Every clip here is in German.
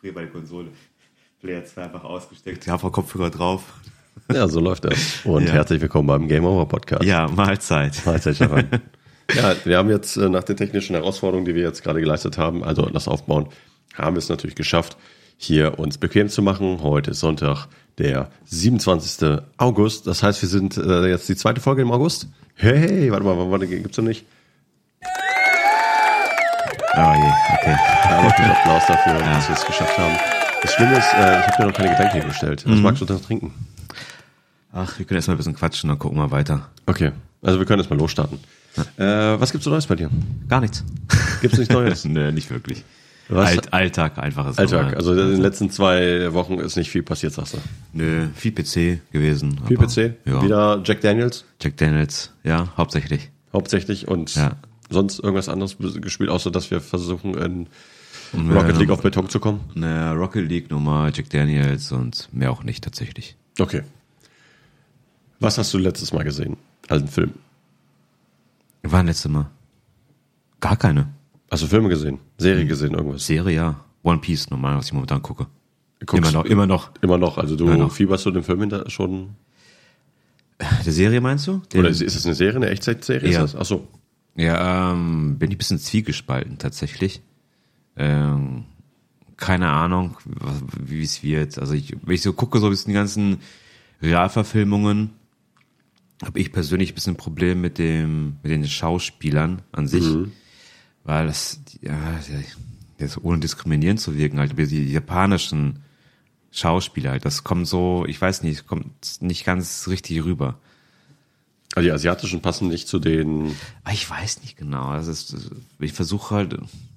früher bei der Konsole. Player 2 einfach ausgesteckt, Kopfhörer drauf. Ja, so läuft das. Und herzlich willkommen beim Game Over Podcast. Ja, Mahlzeit. Mahlzeit, Stefan. Ja, wir haben jetzt nach den technischen Herausforderungen, die wir jetzt gerade geleistet haben, also das Aufbauen, haben wir es natürlich geschafft, hier uns bequem zu machen. Heute ist Sonntag, der 27. August. Das heißt, wir sind jetzt die zweite Folge im August. Hey, warte, gibt's noch nicht? Oh je, okay. Ja, macht einen Applaus dafür, dass wir es geschafft haben. Das Schlimme ist, ich habe dir noch keine Getränke hingestellt. Was magst du denn trinken? Ach, wir können erstmal ein bisschen quatschen, dann gucken wir weiter. Okay, also wir können erstmal losstarten. Ja. Was gibt's so Neues bei dir? Gar nichts. Gibt's nichts Neues? Nee, nicht wirklich. Alltag, einfaches. Alltag, also in den letzten 2 Wochen ist nicht viel passiert, sagst du? Nö, viel PC gewesen. Viel PC? Ja. Wieder Jack Daniels? Jack Daniels, ja, hauptsächlich. Hauptsächlich und ja. Sonst irgendwas anderes gespielt, außer dass wir versuchen, in Rocket League auf Beton zu kommen? Naja, Rocket League nochmal, Jack Daniels und mehr auch nicht tatsächlich. Okay. Was hast du letztes Mal gesehen? Also einen Film? Wann letztes Mal? Gar keine. Hast du Filme gesehen? Serie gesehen, irgendwas? Serie, ja. One Piece, normal, was ich momentan gucke. Guckst Immer noch. Immer noch, also du fieberst du den Film schon? Der Serie meinst du? Oder ist es eine Serie, eine Echtzeitserie? Ja. Ist das? Ach so. Ja, bin ich ein bisschen zwiegespalten tatsächlich. Keine Ahnung, wie es wird. Also wenn ich so gucke, so ein bisschen die ganzen Realverfilmungen, habe ich persönlich ein bisschen ein Problem mit den Schauspielern an sich. Weil das ohne diskriminierend zu wirken, halt, die japanischen Schauspieler, halt, das kommt so, ich weiß nicht, kommt nicht ganz richtig rüber. Also die asiatischen passen nicht zu den... Ich weiß nicht genau. Ich versuche halt...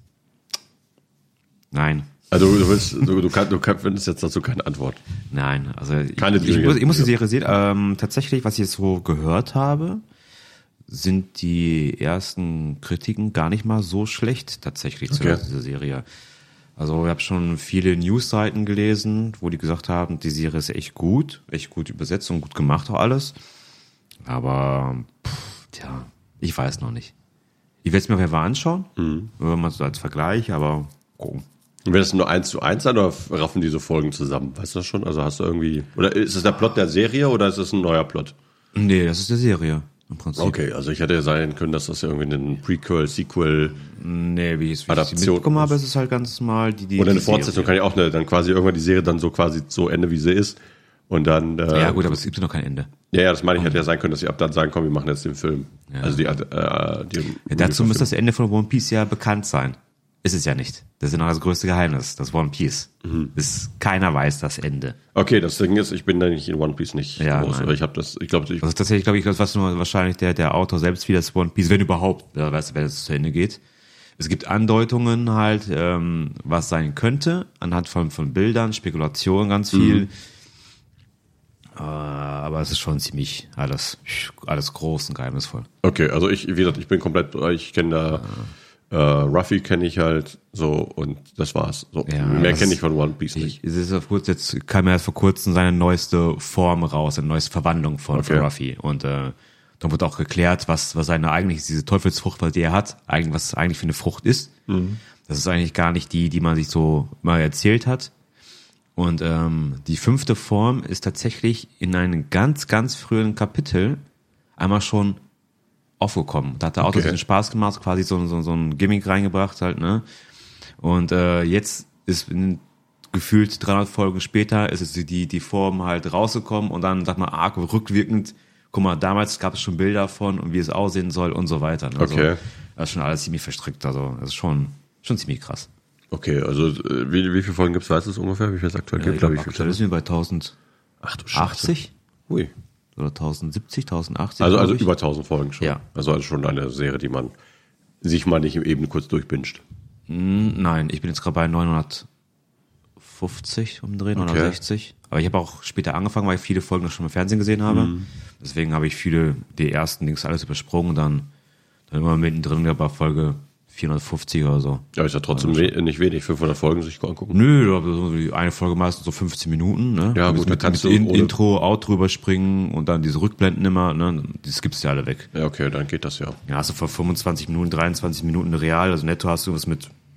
Nein. Also du findest jetzt dazu keine Antwort. Nein, also ich muss die Serie sehen. Tatsächlich, was ich jetzt so gehört habe, sind die ersten Kritiken gar nicht mal so schlecht tatsächlich zu dieser Serie. Also ich habe schon viele Newsseiten gelesen, wo die gesagt haben, die Serie ist echt gut übersetzt und gut gemacht auch alles. Aber, ich weiß noch nicht. Ich werde es mir auf jeden Fall anschauen, wenn man so als Vergleich, aber gucken. Und wird das nur 1:1 sein oder raffen die so Folgen zusammen? Weißt du das schon? Also hast du irgendwie, oder ist es der Plot der Serie oder ist es ein neuer Plot? Nee, das ist der Serie im Prinzip. Okay, also ich hätte ja sein können, dass das irgendwie ein Prequel, Sequel, nee, wie ich Adaption mitbekommen habe, ist es halt ganz normal die oder eine die Fortsetzung Serie. kann ja auch dann quasi irgendwann die Serie dann so quasi so Ende, wie sie ist. Und dann. Ja, gut, aber es gibt ja noch kein Ende. Ja, das meine ich, hätte ja sein können, dass sie ab dann sagen, komm, wir machen jetzt den Film. Ja. Also dazu müsste das Ende von One Piece ja bekannt sein. Ist es ja nicht. Das ist ja noch das größte Geheimnis, das One Piece. Keiner weiß das Ende. Okay, das Ding ist, ich bin da nicht in One Piece nicht groß. Aber ich habe das, ich glaube, also tatsächlich glaube ich, was nur wahrscheinlich der Autor selbst wie das One Piece, wenn überhaupt, wer weiß, wenn es zu Ende geht. Es gibt Andeutungen halt, was sein könnte, anhand von Bildern, Spekulationen ganz viel. Aber es ist schon ziemlich alles groß und geheimnisvoll. Okay, also wie gesagt, ich bin komplett, ich kenne da Ruffy kenne ich halt so und das war's. So, ja, mehr kenne ich von One Piece nicht. Jetzt kam ja vor kurzem seine neueste Form raus, eine neueste Verwandlung von Ruffy. Und dann wird auch geklärt, was seine eigentlich diese Teufelsfrucht, die er hat, was eigentlich für eine Frucht ist. Das ist eigentlich gar nicht die man sich so mal erzählt hat. Und die 5. Form ist tatsächlich in einem ganz, ganz frühen Kapitel einmal schon aufgekommen. Da hat der Autor sich den Spaß gemacht, quasi so ein Gimmick reingebracht halt, ne? Und jetzt ist gefühlt 300 Folgen später ist es die Form halt rausgekommen und dann sagt man rückwirkend, guck mal, damals gab es schon Bilder von und wie es aussehen soll und so weiter. Ne? Okay. Also, das ist schon alles ziemlich verstrickt, also das ist schon ziemlich krass. Okay, also wie viele Folgen gibt es, weißt du es ungefähr, wie viel es aktuell gibt? Aktuell sind wir bei 1080. Ui. Oder 1070, 1080. Also über 1000 Folgen schon. Ja. Also schon eine Serie, die man sich mal nicht eben kurz durchbinscht. Nein, ich bin jetzt gerade bei 950 umdrehen, 960. Aber ich habe auch später angefangen, weil ich viele Folgen noch schon im Fernsehen gesehen habe. Deswegen habe ich die ersten Dings alles übersprungen, dann immer mittendrin bei Folge 450 oder so. Ja, ist ja trotzdem nicht wenig, 500 Folgen sich angucken. Nö, eine Folge meistens so 15 Minuten, ne? Ja, gut, mit Intro, Out drüber springen und dann diese Rückblenden immer, ne? Das gibt's ja alle weg. Ja, okay, dann geht das ja. Ja, hast du vor 25 Minuten, 23 Minuten real, also netto hast du was mit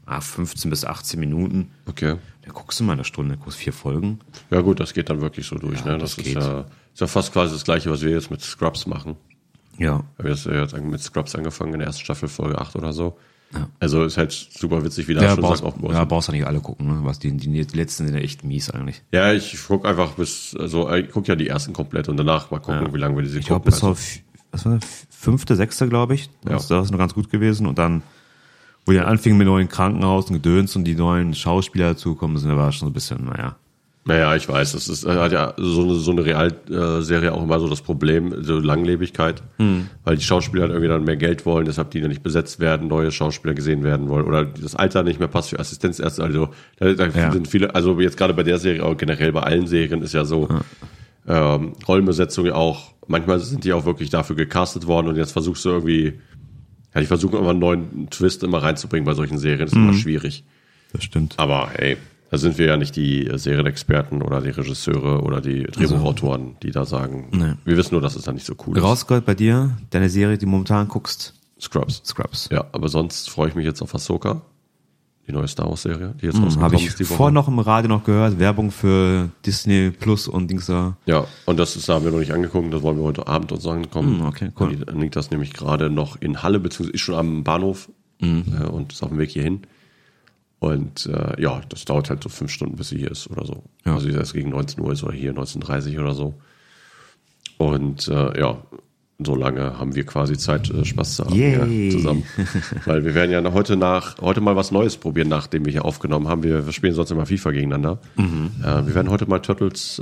15 bis 18 Minuten. Okay. Da guckst du mal eine Stunde, guckst 4 Folgen. Ja gut, das geht dann wirklich so durch. Ja, Ne? Das ist ja fast quasi das Gleiche, was wir jetzt mit Scrubs machen. Ja. Wir haben jetzt mit Scrubs angefangen in der ersten Staffel, Folge 8 oder so. Ja. Also ist halt super witzig, wie da schon brauchst du nicht alle gucken, ne? Was die letzten sind ja echt mies eigentlich. Ja, ich guck einfach ich guck ja die ersten komplett und danach mal gucken, wie lange wir diese gucken. Ich glaube bis auf, was war das, 5., 6., glaube ich. Das ist noch ganz gut gewesen. Und dann, wo die dann anfingen mit neuen Krankenhaus und Gedöns und die neuen Schauspieler dazukommen, sind war schon so ein bisschen, Naja, ich weiß, das ist hat ja so eine Realserie auch immer so das Problem, so Langlebigkeit, weil die Schauspieler halt irgendwie dann mehr Geld wollen, deshalb die dann nicht besetzt werden, neue Schauspieler gesehen werden wollen oder das Alter nicht mehr passt für Assistenzärzte. Also da sind viele, also jetzt gerade bei der Serie, aber generell bei allen Serien ist ja so Rollenbesetzung auch, manchmal sind die auch wirklich dafür gecastet worden und jetzt versuchst du irgendwie, die versuchen immer einen neuen Twist immer reinzubringen bei solchen Serien, das ist immer schwierig. Das stimmt. Aber hey, da sind wir ja nicht die Serienexperten oder die Regisseure oder die Drehbuchautoren, die da sagen, wir wissen nur, dass es da nicht so cool ist. Rausgehört bei dir, deine Serie, die du momentan guckst? Scrubs. Ja, aber sonst freue ich mich jetzt auf Ahsoka, die neue Star Wars Serie, die jetzt rausgekommen ist. Habe ich die Woche. vorhin noch im Radio noch gehört, Werbung für Disney Plus und Dings da. Ja, und das haben wir noch nicht angeguckt, das wollen wir heute Abend uns angucken. Okay, cool. Dann liegt das nämlich gerade noch in Halle, beziehungsweise ist schon am Bahnhof und ist auf dem Weg hierhin. Und das dauert halt so 5 Stunden, bis sie hier ist oder so. Ja. Also erst gegen 19 Uhr ist oder hier 19:30 oder so. Und so lange haben wir quasi Zeit, Spaß zu haben hier zusammen. Weil wir werden ja heute mal was Neues probieren, nachdem wir hier aufgenommen haben. Wir spielen sonst immer FIFA gegeneinander. Wir werden heute mal Turtles,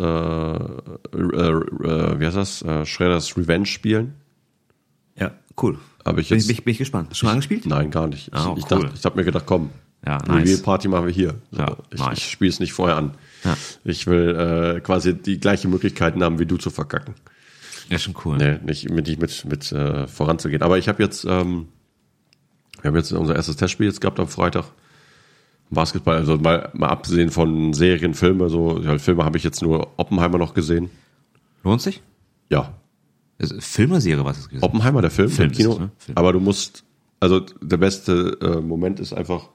wie heißt das? Shredder's Revenge spielen. Ja, cool. Bin ich gespannt. Hast du schon mal angespielt? Nein, gar nicht. Cool. Ich habe mir gedacht, komm. Ja, nice. Party machen wir hier. Ich spiele es nicht vorher an. Ja. Ich will quasi die gleichen Möglichkeiten haben, wie du zu verkacken. Ja, schon cool. Nee, nicht mit voranzugehen. Aber ich habe jetzt, wir haben jetzt unser erstes Testspiel jetzt gehabt am Freitag. Basketball, also mal abgesehen von Serien, Filme, Filme habe ich jetzt nur Oppenheimer noch gesehen. Lohnt sich? Ja. Film oder Serie, was ist gesehen? Oppenheimer, der Film im Kino. Ist, ne? Film. Aber du musst, also der beste Moment ist einfach,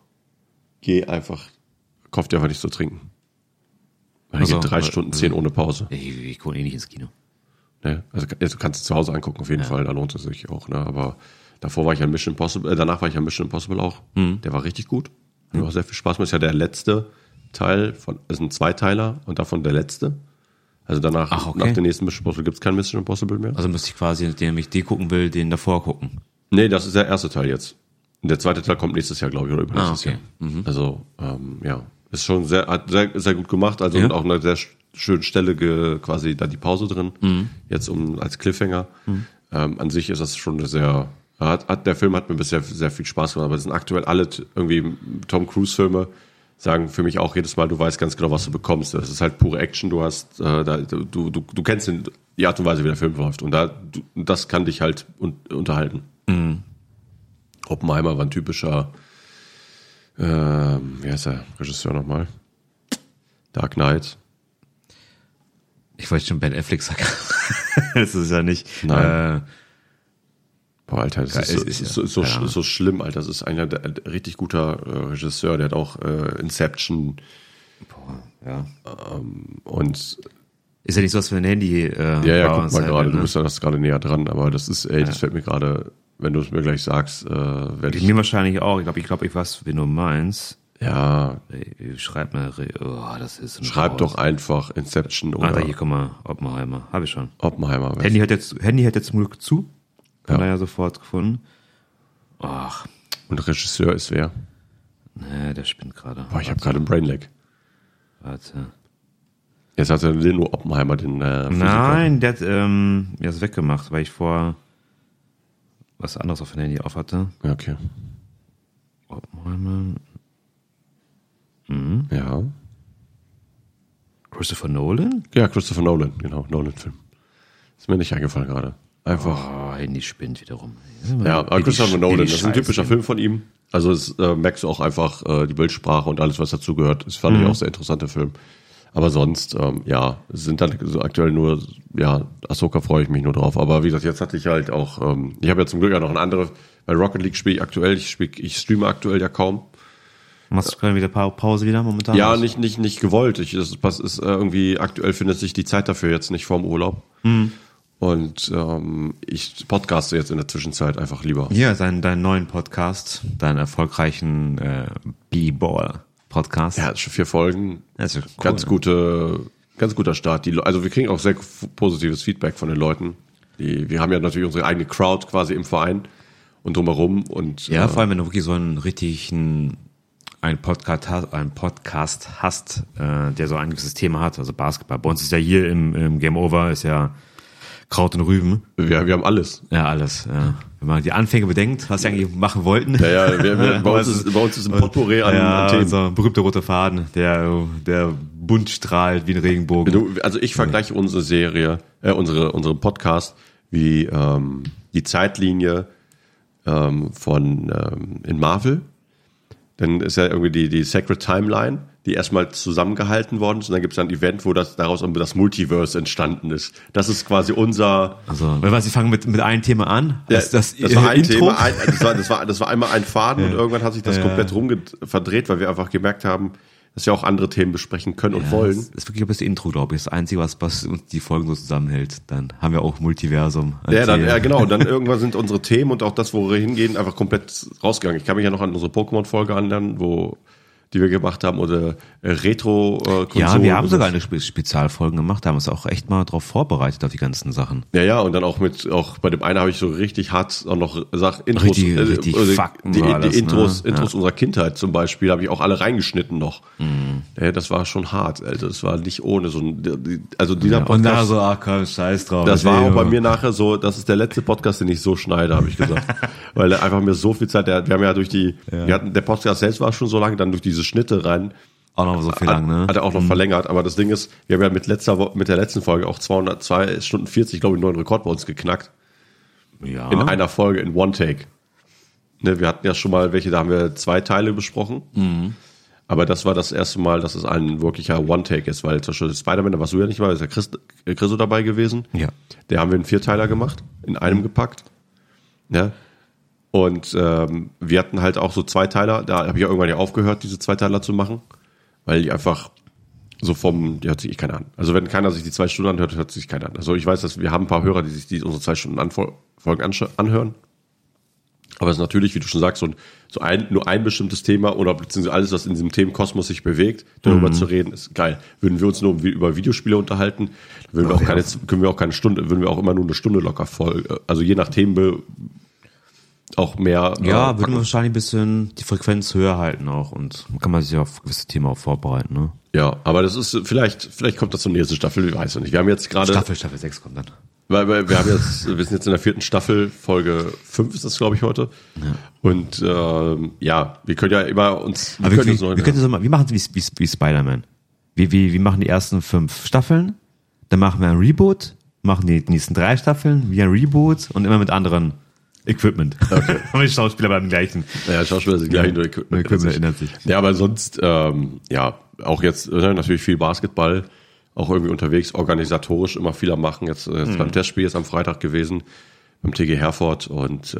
kauf dir einfach nichts zu trinken. Weil geht 3 Stunden 10 ohne Pause. Ich komme nicht ins Kino. Ne? Also du kannst es zu Hause angucken, auf jeden Fall, da lohnt es sich auch. Ne? Aber danach war ich an Mission Impossible auch. Der war richtig gut. Der war sehr viel Spaß. Das ist ja der letzte Teil ist ein Zweiteiler und davon der letzte. Also danach, nach dem nächsten Mission Impossible gibt es kein Mission Impossible mehr. Also müsste ich quasi, nachdem ich die gucken will, den davor gucken. Nee, das ist der erste Teil jetzt. Und der zweite Teil kommt nächstes Jahr, glaube ich, oder übernächstes Jahr. Also, ist schon sehr, sehr gut gemacht. Also und auch eine sehr schöne Stelle quasi da die Pause drin. Jetzt als Cliffhanger. An sich ist das schon der Film hat mir bisher sehr viel Spaß gemacht, aber es sind aktuell alle irgendwie Tom Cruise Filme, sagen für mich auch jedes Mal, du weißt ganz genau, was du bekommst. Das ist halt pure Action, du hast, du kennst die Art und Weise, wie der Film läuft und das kann dich halt unterhalten. Oppenheimer war ein typischer, wie heißt der Regisseur nochmal? Dark Knight. Ich wollte schon Ben Affleck sagen. Das ist ja nicht. Nein. Boah, Alter, das ist so schlimm, Alter. Das ist einer der richtig guter Regisseur, der hat auch Inception. Und ist ja nicht so, dass wir ein Handy guck mal gerade, du bist ja gerade näher dran, aber das ist, das fällt mir gerade, wenn du es mir gleich sagst, werde ich. Mir wahrscheinlich auch, ich glaube, ich weiß, wen du meinst. Ja. Schreib mal, das ist schreib doch einfach Inception oder. Hier, guck mal, Oppenheimer, habe ich schon. Oppenheimer. Handy hat jetzt zum Glück zu. Kann er ja sofort gefunden. Ach. Und Regisseur ist wer? Nee, der spinnt gerade. Boah, ich habe gerade einen Brainlag. Warte. Jetzt hat er nur Oppenheimer den Nein, der hat ist weggemacht, weil ich vorher was anderes auf dem Handy auf hatte. Okay. Oppenheimer. Ja. Christopher Nolan? Ja, Christopher Nolan, genau, Nolan-Film. Ist mir nicht eingefallen gerade. Einfach. Handy spinnt wiederum. Ja, aber Christopher Nolan, das ist ein typischer Film von ihm. Also es merkst du auch einfach die Bildsprache und alles, was dazugehört. Das fand ich auch sehr interessanter Film. Aber sonst, sind dann so aktuell nur, Ahsoka freue ich mich nur drauf. Aber wie gesagt, jetzt hatte ich halt auch, ich habe ja zum Glück ja noch ein anderes, bei Rocket League spiele ich aktuell, ich streame aktuell ja kaum. Machst du gerade wieder Pause wieder momentan? Ja, nicht gewollt. Das ist irgendwie, aktuell findet sich die Zeit dafür jetzt nicht vorm Urlaub. Und ich podcaste jetzt in der Zwischenzeit einfach lieber. Ja, deinen neuen Podcast, deinen erfolgreichen B-Ball-Podcast. Ja, schon 4 Folgen. Das ist cool, Ganz guter Start. Also wir kriegen auch sehr positives Feedback von den Leuten. Wir haben ja natürlich unsere eigene Crowd quasi im Verein und drumherum. Und, ja, vor allem, wenn du wirklich so einen Podcast hast, der so ein gewisses Thema hat, also Basketball. Bei uns ist ja hier im Game Over ist ja Kraut und Rüben. Wir haben alles. Ja, alles. Ja. Wenn man die Anfänge bedenkt, was sie eigentlich machen wollten. Ja, bei uns ist ein Potpourri an Themen. So ein berühmter roter Faden, der bunt strahlt wie ein Regenbogen. Also ich vergleiche unsere Serie, unseren Podcast wie die Zeitlinie in Marvel. Dann ist ja irgendwie die Sacred Timeline, die erstmal zusammengehalten worden ist. Und dann gibt es ein Event, wo daraus das Multiverse entstanden ist. Das ist quasi unser... Also, Sie fangen mit einem Thema an. Das war ein Thema. Das war einmal ein Faden und irgendwann hat sich das komplett verdreht, weil wir einfach gemerkt haben, dass wir auch andere Themen besprechen können und wollen. Das ist wirklich ein bisschen Intro, glaube ich. Das Einzige, was uns die Folgen so zusammenhält. Dann haben wir auch Multiversum. Genau. Und dann irgendwann sind unsere Themen und auch das, wo wir hingehen, einfach komplett rausgegangen. Ich kann mich ja noch an unsere Pokémon-Folge anlernen, die wir gemacht haben, oder Retro-Konsolen. Ja, wir haben sogar eine Spezialfolge gemacht, da haben uns auch echt mal drauf vorbereitet, auf die ganzen Sachen. Ja, und dann auch bei dem einen habe ich so richtig hart auch noch gesagt, Intros, richtig Fakten die Intros ne? unserer Kindheit zum Beispiel, habe ich auch alle reingeschnitten noch. Ja, das war schon hart, Alter. Das war nicht ohne dieser Podcast. Und nachher so, komm, scheiß drauf. Das war auch bei mir nachher so, das ist der letzte Podcast, den ich so schneide, habe ich gesagt. Weil einfach mir so viel Zeit, wir haben ja der Podcast selbst war schon so lange, dann durch diese Schnitte rein. Auch noch so viel lang, ne? Hat er auch noch verlängert, aber das Ding ist, wir haben ja mit der letzten Folge auch 2 Stunden 40, glaube ich, einen neuen Rekord bei uns geknackt. Ja. In einer Folge, in One Take. Ne, wir hatten ja schon mal welche, da haben wir 2 Teile besprochen. Aber das war das erste Mal, dass es ein wirklicher One Take ist, weil zum Beispiel Spider-Man, da warst du ja nicht mal, ist ja Chriso dabei gewesen. Ja. Der haben wir einen 4-Teiler gemacht, in einem gepackt. Ja. Und wir hatten halt auch so 2-Teiler, da habe ich ja irgendwann ja aufgehört, diese 2-Teiler zu machen, weil die einfach so die hört sich keiner an. Also wenn keiner sich die 2 Stunden anhört, hört sich keiner an. Also ich weiß, dass wir haben ein paar Hörer, die sich unsere 2 Stunden Folgen anhören. Aber es ist natürlich, wie du schon sagst, nur ein bestimmtes Thema oder beziehungsweise alles, was in diesem Themenkosmos sich bewegt, darüber zu reden, ist geil. Würden wir uns nur über Videospiele unterhalten, würden wir auch immer nur eine Stunde locker voll, also je nach Themen auch mehr. Ja, würden wir wahrscheinlich ein bisschen die Frequenz höher halten auch und kann man sich auf gewisse Themen auch vorbereiten, ne? Ja, aber das ist vielleicht kommt das zur nächsten Staffel, ich weiß noch nicht. Wir haben jetzt gerade Staffel 6 kommt dann. Weil wir sind jetzt in der 4. Staffel, Folge 5 ist das, glaube ich, heute. Ja. Und wir können ja immer uns... Wir machen es wie Spider-Man. Wir machen die ersten 5 Staffeln, dann machen wir ein Reboot, machen die nächsten 3 Staffeln, wie ein Reboot und immer mit anderen Equipment. Okay. Aber die Schauspieler bleiben gleichen. Ja, Schauspieler sind gleich, nur Equipment ändert sich. Ja, aber sonst, auch jetzt natürlich viel Basketball, auch irgendwie unterwegs, organisatorisch immer viel am Machen. Jetzt beim Testspiel ist am Freitag gewesen, beim TG Herford und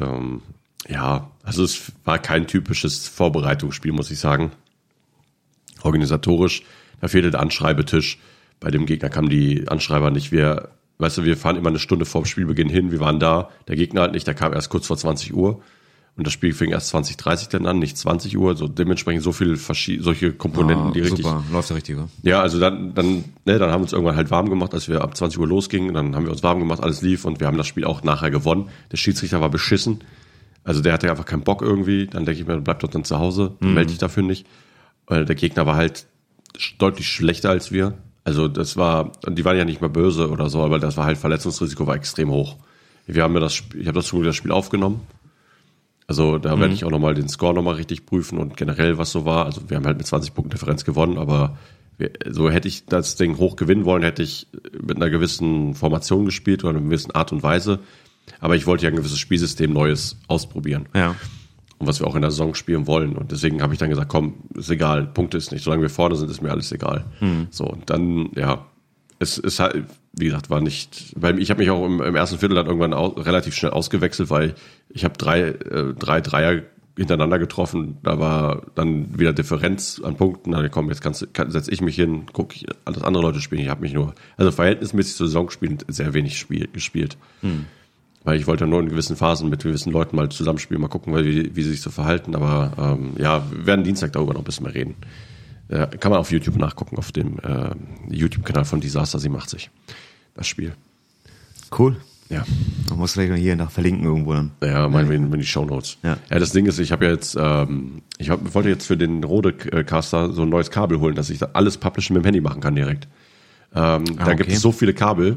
also es war kein typisches Vorbereitungsspiel, muss ich sagen. Organisatorisch, da fehlte der Anschreibetisch. Bei dem Gegner kamen die Anschreiber nicht. Wir fahren immer eine Stunde vorm Spielbeginn hin, wir waren da, der Gegner halt nicht, der kam erst kurz vor 20 Uhr und das Spiel fing erst 20:30 dann an, nicht 20 Uhr, so dementsprechend so viel solche Komponenten, die richtig... Super, läuft der Richtige. Ja, also dann haben wir uns irgendwann halt warm gemacht, als wir ab 20 Uhr losgingen, dann haben wir uns warm gemacht, alles lief und wir haben das Spiel auch nachher gewonnen. Der Schiedsrichter war beschissen, also der hatte einfach keinen Bock irgendwie, dann denke ich mir, bleib doch dann zu Hause, melde dich dafür nicht, weil der Gegner war halt deutlich schlechter als wir. Also die waren ja nicht mehr böse oder so, aber das war halt, Verletzungsrisiko war extrem hoch. Ich habe das Spiel aufgenommen. Also da werde ich auch nochmal den Score nochmal richtig prüfen und generell, was so war. Also wir haben halt mit 20 Punkten Differenz gewonnen, aber so hätte ich das Ding hoch gewinnen wollen, hätte ich mit einer gewissen Formation gespielt oder einer gewissen Art und Weise. Aber ich wollte ja ein gewisses Spielsystem Neues ausprobieren. Ja. Und was wir auch in der Saison spielen wollen. Und deswegen habe ich dann gesagt, komm, ist egal, Punkte ist nicht. Solange wir vorne sind, ist mir alles egal. So, und dann, es ist halt, wie gesagt, war nicht, weil ich habe mich auch im ersten Viertel dann irgendwann relativ schnell ausgewechselt, weil ich habe drei Dreier hintereinander getroffen, da war dann wieder Differenz an Punkten, dann komm, jetzt setze ich mich hin, gucke ich, alles andere Leute spielen, ich habe mich nur, also verhältnismäßig zur Saison spielend sehr wenig gespielt. Weil ich wollte nur in gewissen Phasen mit gewissen Leuten mal zusammenspielen, mal gucken, wie sie sich so verhalten, aber wir werden Dienstag darüber noch ein bisschen mehr reden. Kann man auf YouTube nachgucken, auf dem YouTube-Kanal von Disaster 87, das Spiel. Cool. Ja. Man muss vielleicht noch hier nach verlinken irgendwo dann. Ja, meinen wir die Shownotes. Ja. Ja, das Ding ist, ich habe ja jetzt, wollte jetzt für den Rode-Caster so ein neues Kabel holen, dass ich da alles publishen mit dem Handy machen kann direkt. Da gibt es so viele Kabel.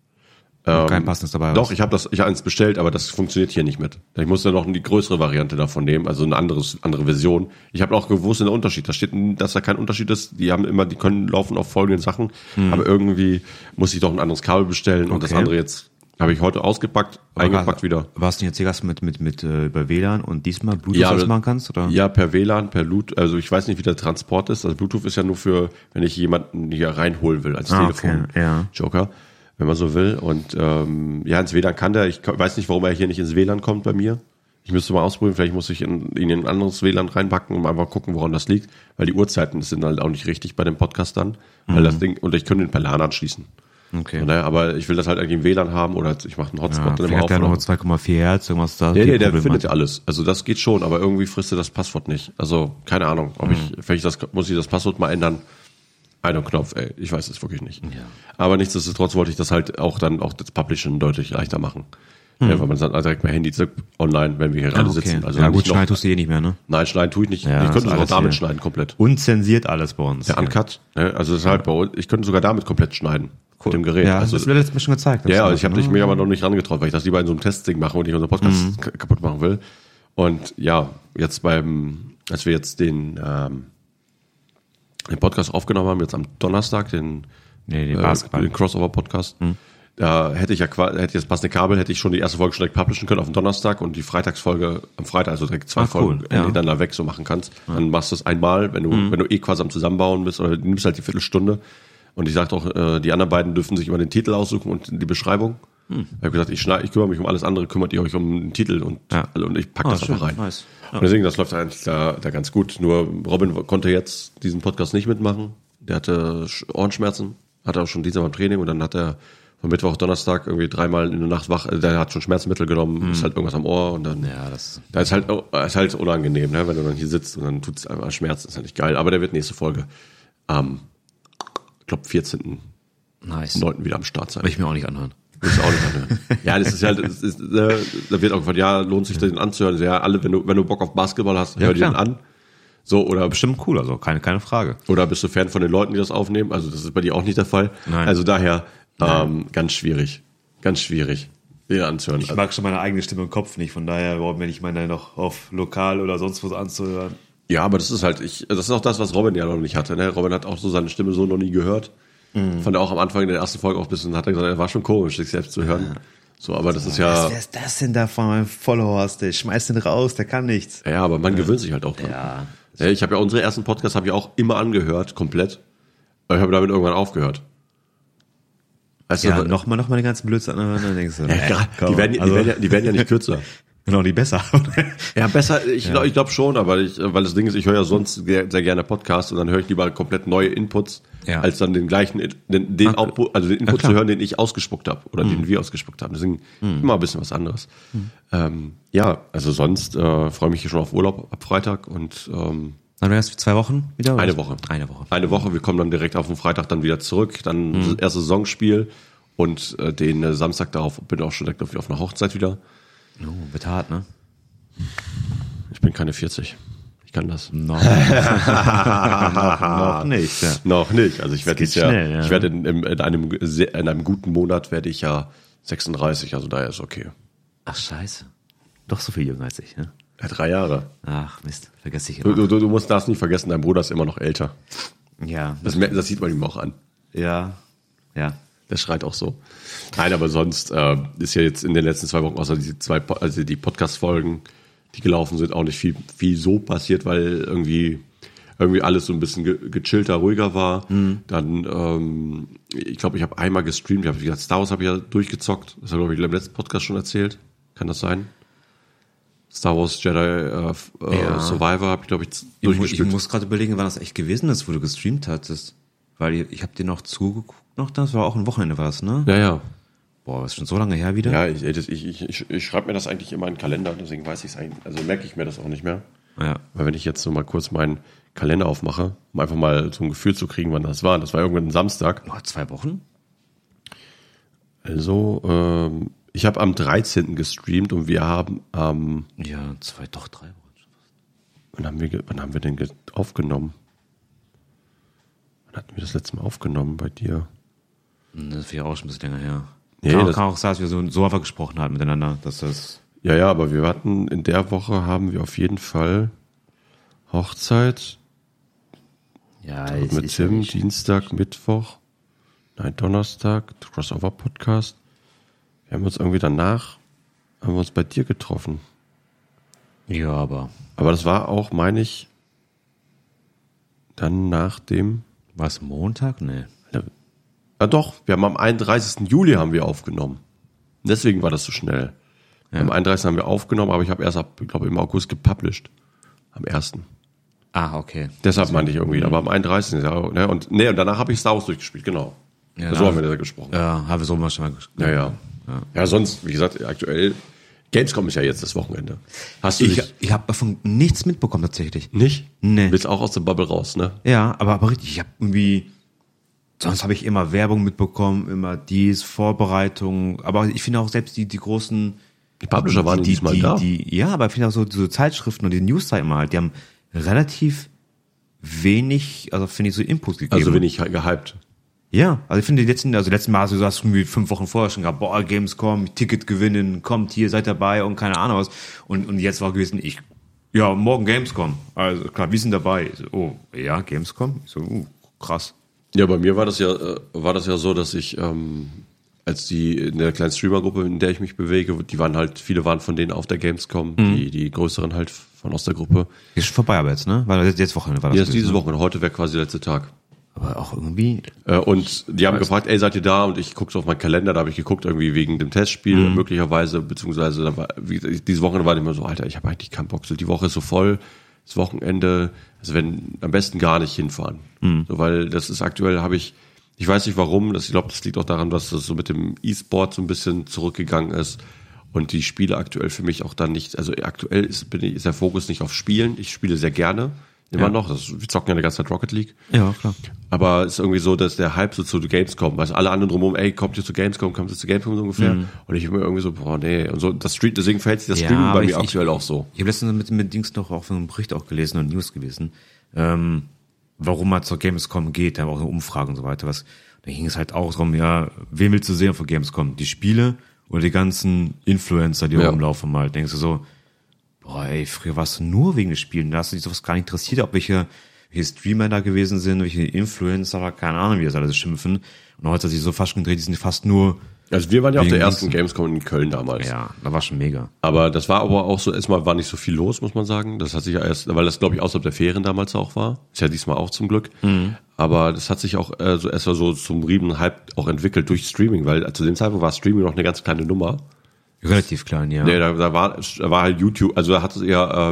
Kein passendes dabei. Doch, ich habe eins bestellt, aber das funktioniert hier nicht mit. Ich muss dann noch die größere Variante davon nehmen, also eine andere Version. Ich habe auch gewusst, der Unterschied. Da steht, dass da kein Unterschied ist. Die können laufen auf folgenden Sachen, aber irgendwie muss ich doch ein anderes Kabel bestellen und das andere jetzt habe ich heute eingepackt wieder. Warst du jetzt hier mit über WLAN und diesmal Bluetooth alles machen kannst, oder? Ja, per WLAN, per Bluetooth, also ich weiß nicht, wie der Transport ist. Also Bluetooth ist ja nur für, wenn ich jemanden hier reinholen will als Telefon-Joker, wenn man so will. Und ins WLAN kann der. Ich weiß nicht, warum er hier nicht ins WLAN kommt bei mir. Ich müsste mal ausprobieren, vielleicht muss ich in ein anderes WLAN reinpacken und einfach gucken, woran das liegt. Weil die Uhrzeiten sind halt auch nicht richtig bei dem Podcast dann. Weil das Ding, und ich könnte den per LAN anschließen. Okay. Naja, aber ich will das halt irgendwie im WLAN haben oder ich mache einen Hotspot dann immer auf. Der noch 2,4 Hertz, irgendwas da. Nee, der findet ja alles. Also das geht schon, aber irgendwie frisst er das Passwort nicht. Also keine Ahnung, muss ich das Passwort mal ändern. Einen Knopf, ich weiß es wirklich nicht. Ja. Aber nichtsdestotrotz wollte ich das halt auch das Publishen deutlich leichter machen. Ja, weil man dann direkt mein Handy online, wenn wir hier gerade sitzen. Also ja gut, schneiden tust du nicht mehr, ne? Nein, schneiden tue ich nicht. Ja, ich könnte sogar damit schneiden komplett. Unzensiert alles bei uns. Ja, uncut. Ja, also das ist halt bei uns, ich könnte sogar damit komplett schneiden. Mit dem Gerät. Ja, das wird letztes Mal schon gezeigt. Ja, ich habe mich aber noch nicht rangetraut, weil ich das lieber in so einem Testding mache und ich unseren Podcast kaputt machen will. Und ja, jetzt als wir jetzt den Podcast aufgenommen haben, jetzt am Donnerstag, den Crossover-Podcast, da hätte ich das passende Kabel, hätte ich schon die erste Folge schon direkt publishen können auf den Donnerstag und die Freitagsfolge am Freitag, also direkt 2 Folgen, die dann da weg so machen kannst. Dann machst du es einmal, wenn du quasi am Zusammenbauen bist, oder du nimmst halt die Viertelstunde. Und ich sagte auch, die anderen beiden dürfen sich immer den Titel aussuchen und die Beschreibung. Ich habe gesagt, ich kümmere mich um alles andere, kümmert ihr euch um den Titel und ich packe das einfach rein. Nice. Ja. Und deswegen, das läuft eigentlich da ganz gut. Nur Robin konnte jetzt diesen Podcast nicht mitmachen. Der hatte Ohrenschmerzen, hatte auch schon Dienstag beim Training und dann hat er von Mittwoch auf Donnerstag irgendwie 3-mal in der Nacht wach, der hat schon Schmerzmittel genommen, ist halt irgendwas am Ohr und dann, da ist halt unangenehm, ne, wenn du dann hier sitzt und dann tut es einfach Schmerz, ist halt nicht geil, aber der wird nächste Folge ich glaube 14. Nice. 9. wieder am Start sein. Will ich mir auch nicht anhören. Willst du auch nicht anhören. Ja, das ist halt, da wird auch gefragt, lohnt sich den anzuhören. Ja, wenn du Bock auf Basketball hast, hör dir den an. So, oder bestimmt cool, also keine Frage. Oder bist du Fan von den Leuten, die das aufnehmen? Also das ist bei dir auch nicht der Fall. Nein. Also daher ganz schwierig, den anzuhören. Ich mag schon meine eigene Stimme im Kopf nicht, von daher, warum wenn ich meine noch auf lokal oder sonst was anzuhören. Ja, aber das ist halt, das ist auch das, was Robin ja noch nicht hatte. Ne? Robin hat auch so seine Stimme so noch nie gehört. Fand er auch am Anfang in der ersten Folge auch ein bisschen, hat er gesagt, er war schon komisch, sich selbst zu hören. So, aber das ist ja. Wer ist das denn da von meinem Followers? Der schmeißt den raus, der kann nichts. Ja, aber man gewöhnt sich halt auch dran. Ja, ich habe ja unsere ersten Podcasts auch immer angehört, komplett. Aber ich habe damit irgendwann aufgehört. Weißt du, nochmal den ganzen Blödsinn anhören, dann denkst du, die werden ja nicht kürzer. Genau, die besser. Ja, besser, ich glaube schon, aber weil das Ding ist, ich höre ja sonst sehr gerne Podcasts und dann höre ich lieber komplett neue Inputs, als dann den gleichen, den Output, also den Input zu hören, den ich ausgespuckt habe oder den wir ausgespuckt haben. Deswegen immer ein bisschen was anderes. Also sonst freue mich hier schon auf Urlaub ab Freitag und dann erst 2 Wochen wieder? Oder? Eine Woche. Wir kommen dann direkt auf den Freitag dann wieder zurück, dann das erste Saisonspiel und den Samstag darauf bin ich auch schon direkt auf einer Hochzeit wieder. Oh, wird hart, ne? Ich bin keine 40. Ich kann das. Noch nicht. Ja. Noch nicht. Also ich werde ich werde in einem guten Monat werde ich ja 36, also daher ist okay. Ach scheiße. Doch so viel jünger als ich, ne? Ja, 3 Jahre. Ach Mist, vergesse ich immer. Du musst das nicht vergessen, dein Bruder ist immer noch älter. Ja. Das sieht man ihm auch an. Ja. Der schreit auch so. Nein, aber sonst ist ja jetzt in den letzten 2 Wochen, außer die Podcast-Folgen, die gelaufen sind, auch nicht viel so passiert, weil irgendwie alles so ein bisschen gechillter, ruhiger war. Dann, ich glaube, ich habe einmal gestreamt. Wie gesagt, Star Wars habe ich ja durchgezockt. Das habe ich, glaube ich, im letzten Podcast schon erzählt. Kann das sein? Star Wars Jedi Survivor habe ich, glaube ich, durchgespielt. Ich muss gerade überlegen, wann das echt gewesen ist, wo du gestreamt hattest. Weil ich habe dir noch zugeguckt, das war auch ein Wochenende was, ne? Ja. Boah, ist schon so lange her wieder? Ja, ich schreibe mir das eigentlich immer in den Kalender, deswegen weiß ich es eigentlich, also merke ich mir das auch nicht mehr. Ja. Weil wenn ich jetzt so mal kurz meinen Kalender aufmache, um einfach mal so ein Gefühl zu kriegen, wann das war irgendwann ein Samstag. Oh, 2 Wochen? Also, ich habe am 13. gestreamt und wir haben am... 3 Wochen. Wann haben wir denn aufgenommen? Wann hatten wir das letzte Mal aufgenommen bei dir? Das wäre auch schon ein bisschen länger her. Nee, kann auch sein, dass wir so einfach gesprochen haben miteinander, dass das... Ja, aber wir hatten, in der Woche haben wir auf jeden Fall Hochzeit. Ja, Mit Tim, Dienstag, Mittwoch, Donnerstag, Crossover-Podcast. Wir haben uns irgendwie danach, haben wir uns bei dir getroffen. Ja, aber das war auch, meine ich, dann nach dem... War es Montag? Nee. Ja doch, wir haben am 31. Juli haben wir aufgenommen. Deswegen war das so schnell. Ja. Am 31. haben wir aufgenommen, aber ich habe erst im August gepublished. Am 1. Ah, okay. Deshalb meinte ich irgendwie, aber am 31. Ja, und danach habe ich Star Wars durchgespielt, genau. Ja, so haben wir da gesprochen. Ja, haben wir so mal schon mal gesprochen. Ja, sonst, wie gesagt, aktuell, Gamescom ist ja jetzt das Wochenende. Ich habe davon nichts mitbekommen tatsächlich. Nicht? Nee. Willst auch aus der Bubble raus, ne? Ja, aber richtig, ich habe irgendwie, sonst habe ich immer Werbung mitbekommen, immer Vorbereitungen, aber ich finde auch selbst die großen... Die Publisher waren diesmal da. Ja, aber ich finde auch so Zeitschriften und die Newsseiten mal, die haben relativ wenig, also finde ich, so Input gegeben. Also wenig gehypt. Ja, also ich finde letzten Mal, du sagst irgendwie 5 Wochen vorher schon gehabt, boah, Gamescom, Ticket gewinnen, kommt hier, seid dabei und keine Ahnung was. Und jetzt war gewesen, morgen Gamescom. Also klar, wir sind dabei. So, oh, ja, Gamescom? So, krass. Ja, bei mir war das ja so, dass ich, als die in der kleinen Streamer-Gruppe, in der ich mich bewege, viele waren von denen auf der Gamescom, die größeren halt von aus der Gruppe. Ist schon vorbei aber jetzt, ne? Weil jetzt Wochenende war das. Jetzt diese Woche, heute wäre quasi der letzte Tag. Aber auch irgendwie... Und die haben gefragt, seid ihr da? Und ich guckte so auf meinen Kalender, da habe ich geguckt, irgendwie wegen dem Testspiel möglicherweise, beziehungsweise diese Woche war ich immer so, Alter, ich habe eigentlich keinen Bock. So, die Woche ist so voll, das Wochenende, also wenn am besten gar nicht hinfahren. So, weil das ist aktuell, ich weiß nicht warum, ich glaube, das liegt auch daran, dass das so mit dem E-Sport so ein bisschen zurückgegangen ist und die Spiele aktuell für mich auch dann nicht, also aktuell ist der Fokus nicht auf Spielen, ich spiele sehr gerne, immer noch, wir zocken ja die ganze Zeit Rocket League. Ja, klar. Aber es ist irgendwie so, dass der Hype so zu Gamescom, also alle anderen drumherum, kommt ihr zu Gamescom so ungefähr. Und ich bin irgendwie so, boah, nee. Und so, deswegen verhält sich das Streaming bei mir aktuell auch so. Ich habe letztens mit Dings noch auch einen Bericht auch gelesen und News gewesen, warum man zur Gamescom geht, da haben auch eine Umfrage und so weiter, da ging es halt auch darum, ja, wen willst du sehen auf der Gamescom? Die Spiele oder die ganzen Influencer, die rumlaufen mal? Denkst du so, boah, früher warst du nur wegen des Spielen, da hast du dich sowas gar nicht interessiert, ob welche Streamer da gewesen sind, welche Influencer, keine Ahnung, wie das alles schimpfen. Und heute hat sich so fast gedreht, die sind fast nur... Also wir waren ja auf der ersten Gamescom in Köln damals. Ja, da war schon mega. Aber das war aber auch so, erstmal war nicht so viel los, muss man sagen. Das hat sich ja erst, weil das glaube ich außerhalb der Ferien damals auch war. Ist ja diesmal auch zum Glück. Aber das hat sich auch erstmal so zum Riesen-Hype auch entwickelt durch Streaming, weil zu dem Zeitpunkt war Streaming noch eine ganz kleine Nummer. Relativ klein, ja. Nee, da war halt YouTube, also da hat es eher,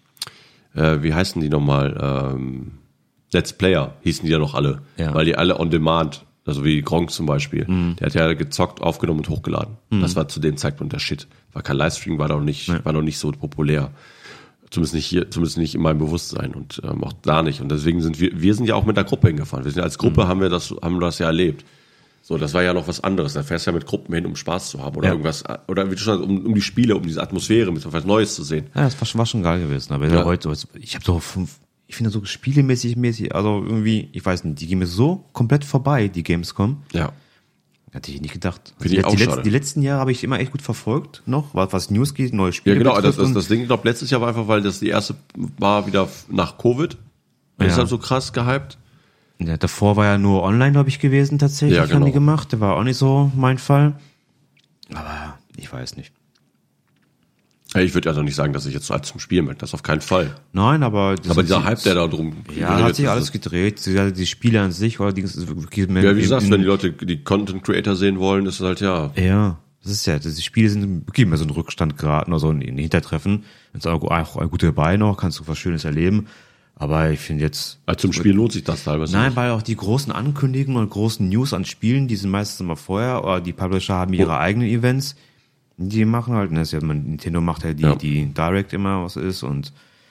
wie heißen die nochmal? Let's Player hießen die ja noch alle. Ja. Weil die alle on demand, also wie Gronk zum Beispiel, der hat ja gezockt, aufgenommen und hochgeladen. Das war zu dem Zeitpunkt der Shit. War kein Livestream, war noch nicht so populär. Zumindest nicht in meinem Bewusstsein und auch da nicht. Und deswegen sind wir sind ja auch mit der Gruppe hingefahren. Wir sind ja als Gruppe haben wir das ja erlebt. So, das war ja noch was anderes. Da fährst du ja mit Gruppen hin, um Spaß zu haben oder irgendwas, oder wie du schon sagst, um die Spiele, um diese Atmosphäre, mit was Neues zu sehen. Ja, das war schon geil gewesen. Aber heute, ich habe so ich finde so spielemäßig, also irgendwie, ich weiß nicht, die gehen mir so komplett vorbei, die Gamescom. Ja. Hätte ich nicht gedacht. Finde ich auch schade. Die letzten Jahre habe ich immer echt gut verfolgt, noch, was News geht, neue Spiele. Ja, genau, das Ding, ich glaube, letztes Jahr war einfach, weil das die erste war wieder nach Covid. Das ist halt so krass gehypt. Ja, davor war ja nur online, glaube ich, gewesen tatsächlich, haben die gemacht. Der war auch nicht so mein Fall. Aber ich weiß nicht. Ich würde also nicht sagen, dass ich jetzt so zum Spielen möchte, das auf keinen Fall. Nein, aber dieser Hype, der da drum... Ja, hat sich alles gedreht. Die Spiele an sich, oder wie du sagst, wenn die Leute die Content Creator sehen wollen, ist es halt Ja, Das ist ja, die Spiele sind wirklich immer so ein Rückstand geraten oder so ein Hintertreffen. Wenn es auch gut dabei noch, kannst du was Schönes erleben. Aber ich finde jetzt... Also zum Spiel lohnt sich das teilweise Nein, nicht. weil auch die großen Ankündigungen und großen News an Spielen, die sind meistens immer vorher, oder die Publisher haben ihre eigenen Events. Die machen halt, das ist ja, Nintendo macht halt die Direct immer, was ist, und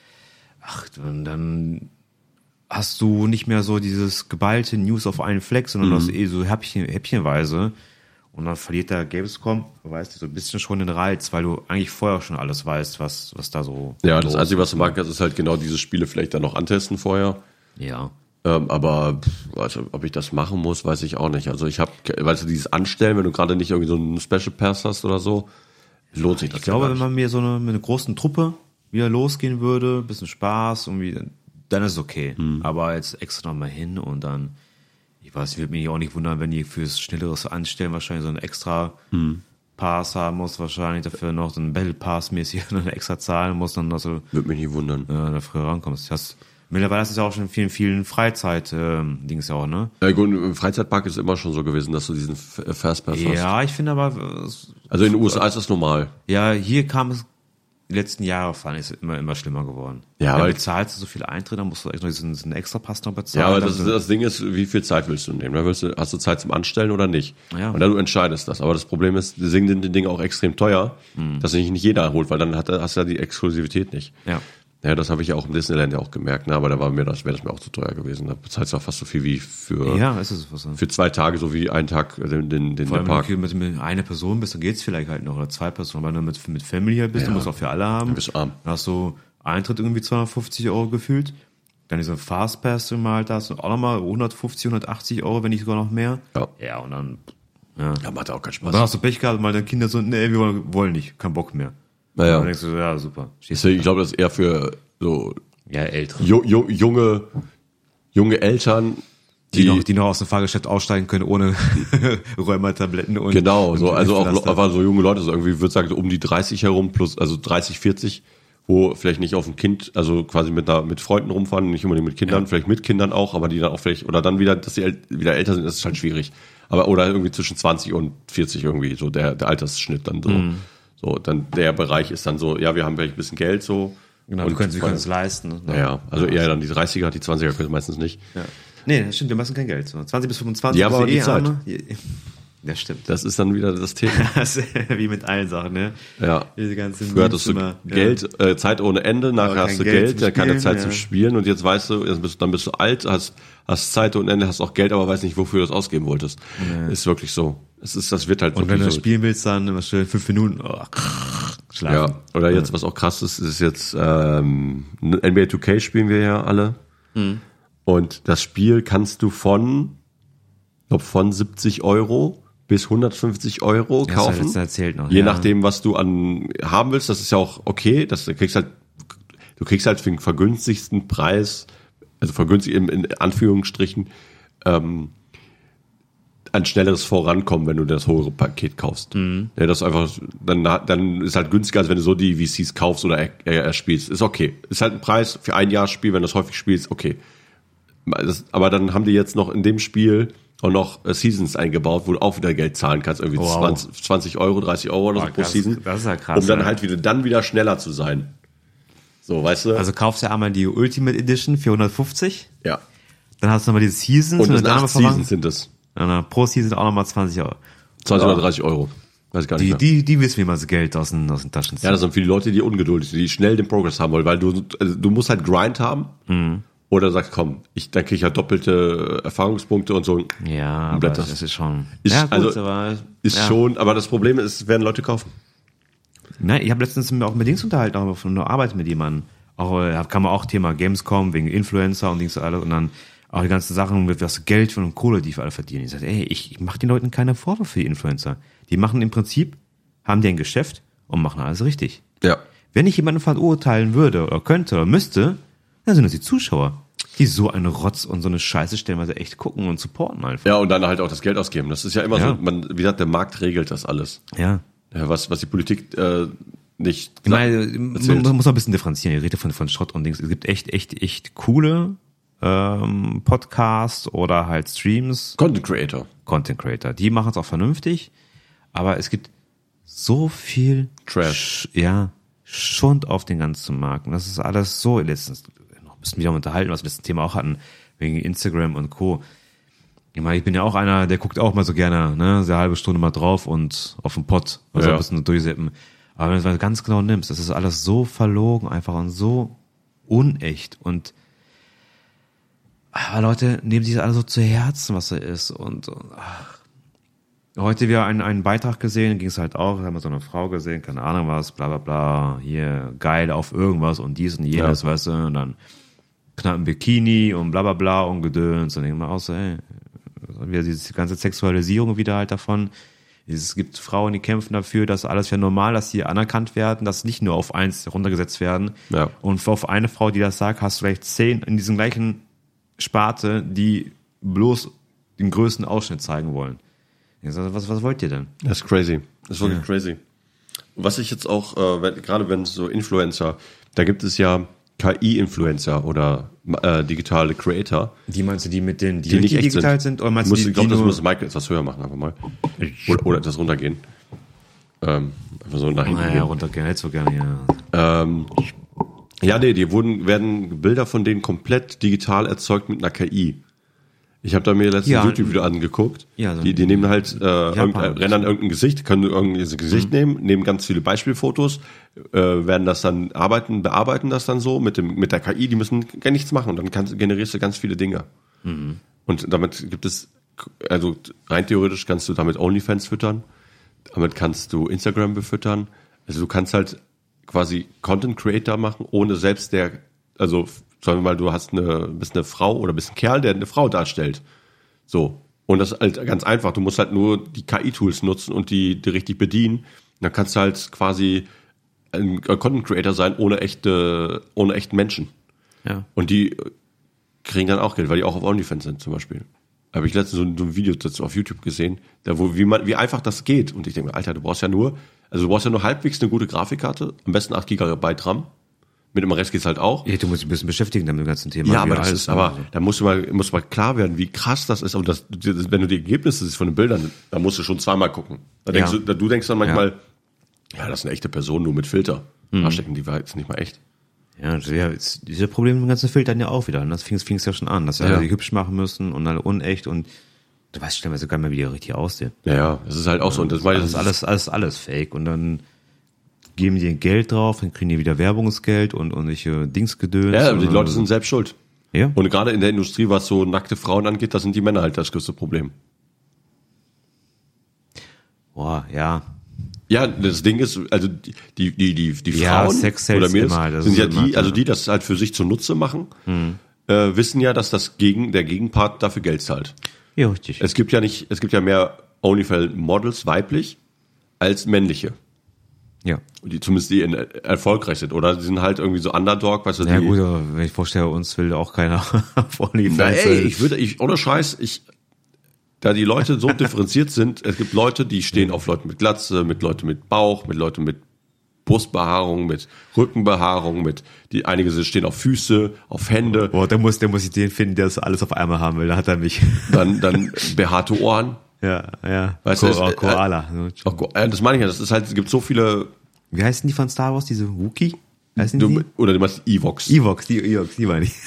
dann hast du nicht mehr so dieses geballte News auf einen Fleck, sondern du hast so häppchenweise. Und dann verliert der Gamescom, weißt du, so ein bisschen schon den Reiz, weil du eigentlich vorher schon alles weißt, was da so... Ja, das Einzige, was du machen kannst, ist halt genau diese Spiele vielleicht dann noch antesten vorher. Ja. Aber also, ob ich das machen muss, weiß ich auch nicht. Also ich habe, weißt du, dieses Anstellen, wenn du gerade nicht irgendwie so einen Special Pass hast oder so, lohnt sich das. Ich glaube, wenn man mir mit einer großen Truppe wieder losgehen würde, bisschen Spaß, irgendwie, dann ist es okay. Aber jetzt extra nochmal hin und dann... Ich weiß, ich würde mich auch nicht wundern, wenn die fürs schnelleres Anstellen wahrscheinlich so einen extra Pass haben muss, wahrscheinlich dafür noch so einen Battle Pass mäßig eine extra zahlen muss, dann dass du würde mich nicht wundern. Da früher rankommst. Mittlerweile ist es ja auch schon in vielen, vielen Freizeit-Dings ja auch, ne? Ja, gut, im Freizeitpark ist es immer schon so gewesen, dass du diesen Fastpass hast. Ja, ich finde aber... Also in den USA ist das normal. Ja, hier kam es... Die letzten Jahre fand ich es immer schlimmer geworden. Ja, weil bezahlst du so viel Eintritt, dann musst du echt noch diesen extra Pass noch bezahlen. Ja, aber das Ding ist, wie viel Zeit willst du nehmen? Hast du Zeit zum Anstellen oder nicht? Ja. Und dann du entscheidest das. Aber das Problem ist, die sind die Dinge auch extrem teuer, dass sich nicht jeder holt, weil dann hast du ja die Exklusivität nicht. Ja. Ja, das habe ich ja auch im Disneyland ja auch gemerkt, ne? Aber da wäre das mir auch zu teuer gewesen. Da bezahlst du auch fast so viel wie für 2 Tage, so wie einen Tag den Vor allem, Park. wenn du mit einer Person bist, dann geht's vielleicht halt noch, oder 2 Personen, weil du mit Family halt bist, du musst auch für alle haben. Dann bist du arm. Dann hast du Eintritt irgendwie 250 € gefühlt. Dann diese Fastpass immer halt, da hast du auch nochmal 150, 180 €, wenn nicht sogar noch mehr. Ja, und dann, Ja, macht auch keinen Spaß. Und dann hast du Pech gehabt, weil deine Kinder so, nee, wir wollen nicht, kein Bock mehr. Naja. Und dann denkst du, ja, super. Deswegen, ich glaube, das ist eher für so Ältere. junge Eltern, Die noch aus dem Fahrgeschäft aussteigen können ohne Rheumatabletten und genau, so, und also auch Pflaster. einfach so junge Leute, so irgendwie, würde sagen, so um die 30 herum plus, also 30, 40, wo vielleicht nicht auf ein Kind, also quasi mit Freunden rumfahren, nicht unbedingt mit Kindern, vielleicht mit Kindern auch, aber die dann auch vielleicht, oder dann wieder, dass sie wieder älter sind, das ist halt schwierig. Aber, oder irgendwie zwischen 20 und 40 irgendwie, so der Altersschnitt dann so. So, dann der Bereich ist dann so, ja, wir haben vielleicht ein bisschen Geld so. Genau, wir können es leisten. Ne? Ja, also eher dann die 30er, die 20er können meistens nicht. Ja. Nee, das stimmt, wir meisten kein Geld. So 20 bis 25 Ja, aber die Zeit. Ja, stimmt. Das ist dann wieder das Thema. Wie mit allen Sachen, ne? Ja. Diese ganzen Früher hattest du Geld, Zeit ohne Ende, nachher hast du Geld, keine Zeit zum Spielen und jetzt weißt du, dann bist du alt, hast Zeit ohne Ende, hast auch Geld, aber weißt nicht, wofür du das ausgeben wolltest. Nee. Ist wirklich so. Das wird halt und wenn du so spielen willst, dann immer schön 5 Minuten schlafen. Ja, oder jetzt, was auch krass ist jetzt NBA 2K spielen wir ja alle. Und das Spiel kannst du von 70 € bis 150 € kaufen. Das erzählt noch. Je nachdem, was du haben willst, das ist ja auch okay. Du kriegst halt für den vergünstigsten Preis, also vergünstigt in Anführungsstrichen, ein schnelleres Vorankommen, wenn du das hohe Paket kaufst. Ja, das ist einfach, dann ist halt günstiger, als wenn du so die VCs kaufst oder spielst. Ist okay. Ist halt ein Preis für ein Jahr Spiel, wenn du das häufig spielst, okay. Aber dann haben die jetzt noch in dem Spiel auch noch Seasons eingebaut, wo du auch wieder Geld zahlen kannst, irgendwie 20 €, 30 € oder so pro Season. Das ist ja krass. Um dann halt wieder schneller zu sein. So, weißt du? Also kaufst du einmal die Ultimate Edition für 150. Ja. Dann hast du nochmal die Seasons. Und das sind 8 Seasons sind das. Pro Season auch nochmal 20 €. 20 oder 30 €. Weiß ich gar nicht mehr. Die wissen, wie man das Geld aus den Taschen zieht. Ja, das sind viele Leute, die ungeduldig sind, die schnell den Progress haben wollen, weil du musst halt Grind haben. Oder sagst, komm, dann krieg ich ja doppelte Erfahrungspunkte und so. Ja, aber das ist schon... Schon, aber das Problem ist, es werden Leute kaufen. Nein, ich habe letztens auch mit Dings unterhalten, auch von der Arbeit mit jemandem. Kam man auch Thema Gamescom, wegen Influencer und Dings alle und dann auch die ganzen Sachen mit was Geld und Kohle, die wir alle verdienen. Ich sage, ich mache den Leuten keine Vorwürfe für die Influencer. Die machen im Prinzip, haben die ein Geschäft und machen alles richtig. Ja. Wenn ich jemanden verurteilen würde oder könnte oder müsste, dann sind das die Zuschauer, die so einen Rotz und so eine Scheiße stellenweise echt gucken und supporten einfach. Ja, und dann halt auch das Geld ausgeben. Das ist ja immer so, wie gesagt, der Markt regelt das alles. Ja. Was die Politik nicht ich meine, man muss auch ein bisschen differenzieren. Ich rede von Schrott und Dings. Es gibt echt coole Podcasts oder halt Streams. Content Creator. Die machen es auch vernünftig. Aber es gibt so viel Trash. Schund auf den ganzen Markt. Und das ist alles so, letztens, müssen wir auch unterhalten, was wir das Thema auch hatten, wegen Instagram und Co. Ich meine, ich bin ja auch einer, der guckt auch mal so gerne, ne, so eine halbe Stunde mal drauf und auf den Pott, also ein bisschen durchseppen. Aber wenn du es ganz genau nimmst, das ist alles so verlogen einfach und so unecht und Leute nehmen sich das alles so zu Herzen, was da ist und heute wieder einen Beitrag gesehen, ging es halt auch, haben wir so eine Frau gesehen, keine Ahnung was, bla bla bla, hier geil auf irgendwas und dies und jenes, weißt du, und dann knapp ein Bikini und bla bla bla und Gedöns und denken wir auch so, ey, wieder diese ganze Sexualisierung wieder halt davon. Es gibt Frauen, die kämpfen dafür, dass alles ja normal, dass sie anerkannt werden, dass nicht nur auf eins runtergesetzt werden. Ja. Und auf eine Frau, die das sagt, hast du vielleicht 10 in diesem gleichen Sparte, die bloß den größten Ausschnitt zeigen wollen. Was wollt ihr denn? Das ist crazy. Das ist wirklich crazy. Was ich jetzt auch, gerade wenn es so Influencer, da gibt es ja KI-Influencer oder digitale Creator. Die meinst du, die mit denen, die nicht echt digital sind? Oder meinst du die, ich glaube, das muss Michael etwas höher machen, einfach mal. Oder etwas runtergehen. Einfach so nach hinten gehen. Ja, runtergehen, hättest du gerne, ja. Ja, nee, werden Bilder von denen komplett digital erzeugt mit einer KI. Ich habe da mir letztens YouTube-Video angeguckt. Ja, so die nehmen halt, rennen an irgendein Gesicht, können irgendein Gesicht nehmen ganz viele Beispielfotos, werden das dann bearbeiten das dann so mit der KI, die müssen gar nichts machen und dann generierst du ganz viele Dinge. Mhm. Und damit gibt es, also rein theoretisch kannst du damit OnlyFans füttern, damit kannst du Instagram befüttern, also du kannst halt quasi Content Creator machen, ohne selbst also sagen wir mal, du bist eine Frau oder bist ein Kerl, der eine Frau darstellt. So. Und das ist halt ganz einfach. Du musst halt nur die KI-Tools nutzen und die richtig bedienen. Und dann kannst du halt quasi ein Content Creator sein ohne echten Menschen. Ja. Und die kriegen dann auch Geld, weil die auch auf OnlyFans sind zum Beispiel. Da habe ich letztens so ein Video dazu auf YouTube gesehen, wie einfach das geht. Und ich denke mir, Alter, du brauchst ja nur halbwegs eine gute Grafikkarte, am besten 8 GB RAM. Mit dem Rest geht's halt auch. Ja, du musst dich ein bisschen beschäftigen mit dem ganzen Thema. Ja, da musst du mal klar werden, wie krass das ist. Und wenn du die Ergebnisse siehst von den Bildern, da musst du schon zweimal gucken. Du denkst dann manchmal, das ist eine echte Person, nur mit Filter. Stecken, die war jetzt nicht mal echt. Ja, diese Probleme mit den ganzen Filtern ja auch wieder. Und das fing es ja schon an, dass wir die hübsch machen müssen und alle unecht und du weißt stellenweise gar nicht mehr, wie die richtig aussehen. Ja, das ist halt auch so. Und das ist alles fake. Und dann geben die Geld drauf, dann kriegen die wieder Werbungsgeld und irgendwelche Dingsgedöns. Ja, aber die Leute sind selbst schuld. Ja. Und gerade in der Industrie, was so nackte Frauen angeht, da sind die Männer halt das größte Problem. Boah, ja. Ja, das Ding ist, also die Frauen oder Mädels sind ja die das halt für sich zunutze machen, wissen ja, dass der Gegenpart dafür Geld zahlt. Ja, richtig. Es gibt ja mehr OnlyFans-Models weiblich als männliche. Ja. Die zumindest die erfolgreich sind, oder? Die sind halt irgendwie so Underdog, weißt du? Ja gut, aber wenn ich vorstelle, uns will auch keiner auf OnlyFans. Ohne Scheiß, da die Leute so differenziert sind, es gibt Leute, die stehen auf Leute mit Glatze, mit Leute mit Bauch, mit Leute mit Brustbehaarung, mit Rückenbehaarung, einige stehen auf Füße, auf Hände. Boah, da muss ich den finden, der das alles auf einmal haben will, da hat er mich. Dann behaarte Ohren. Ja. Weißt du, Koala. Das meine ich ja, es gibt so viele. Wie heißen die von Star Wars, diese Wookie? Heißen die? Oder du meinst Ewoks. Die meine ich.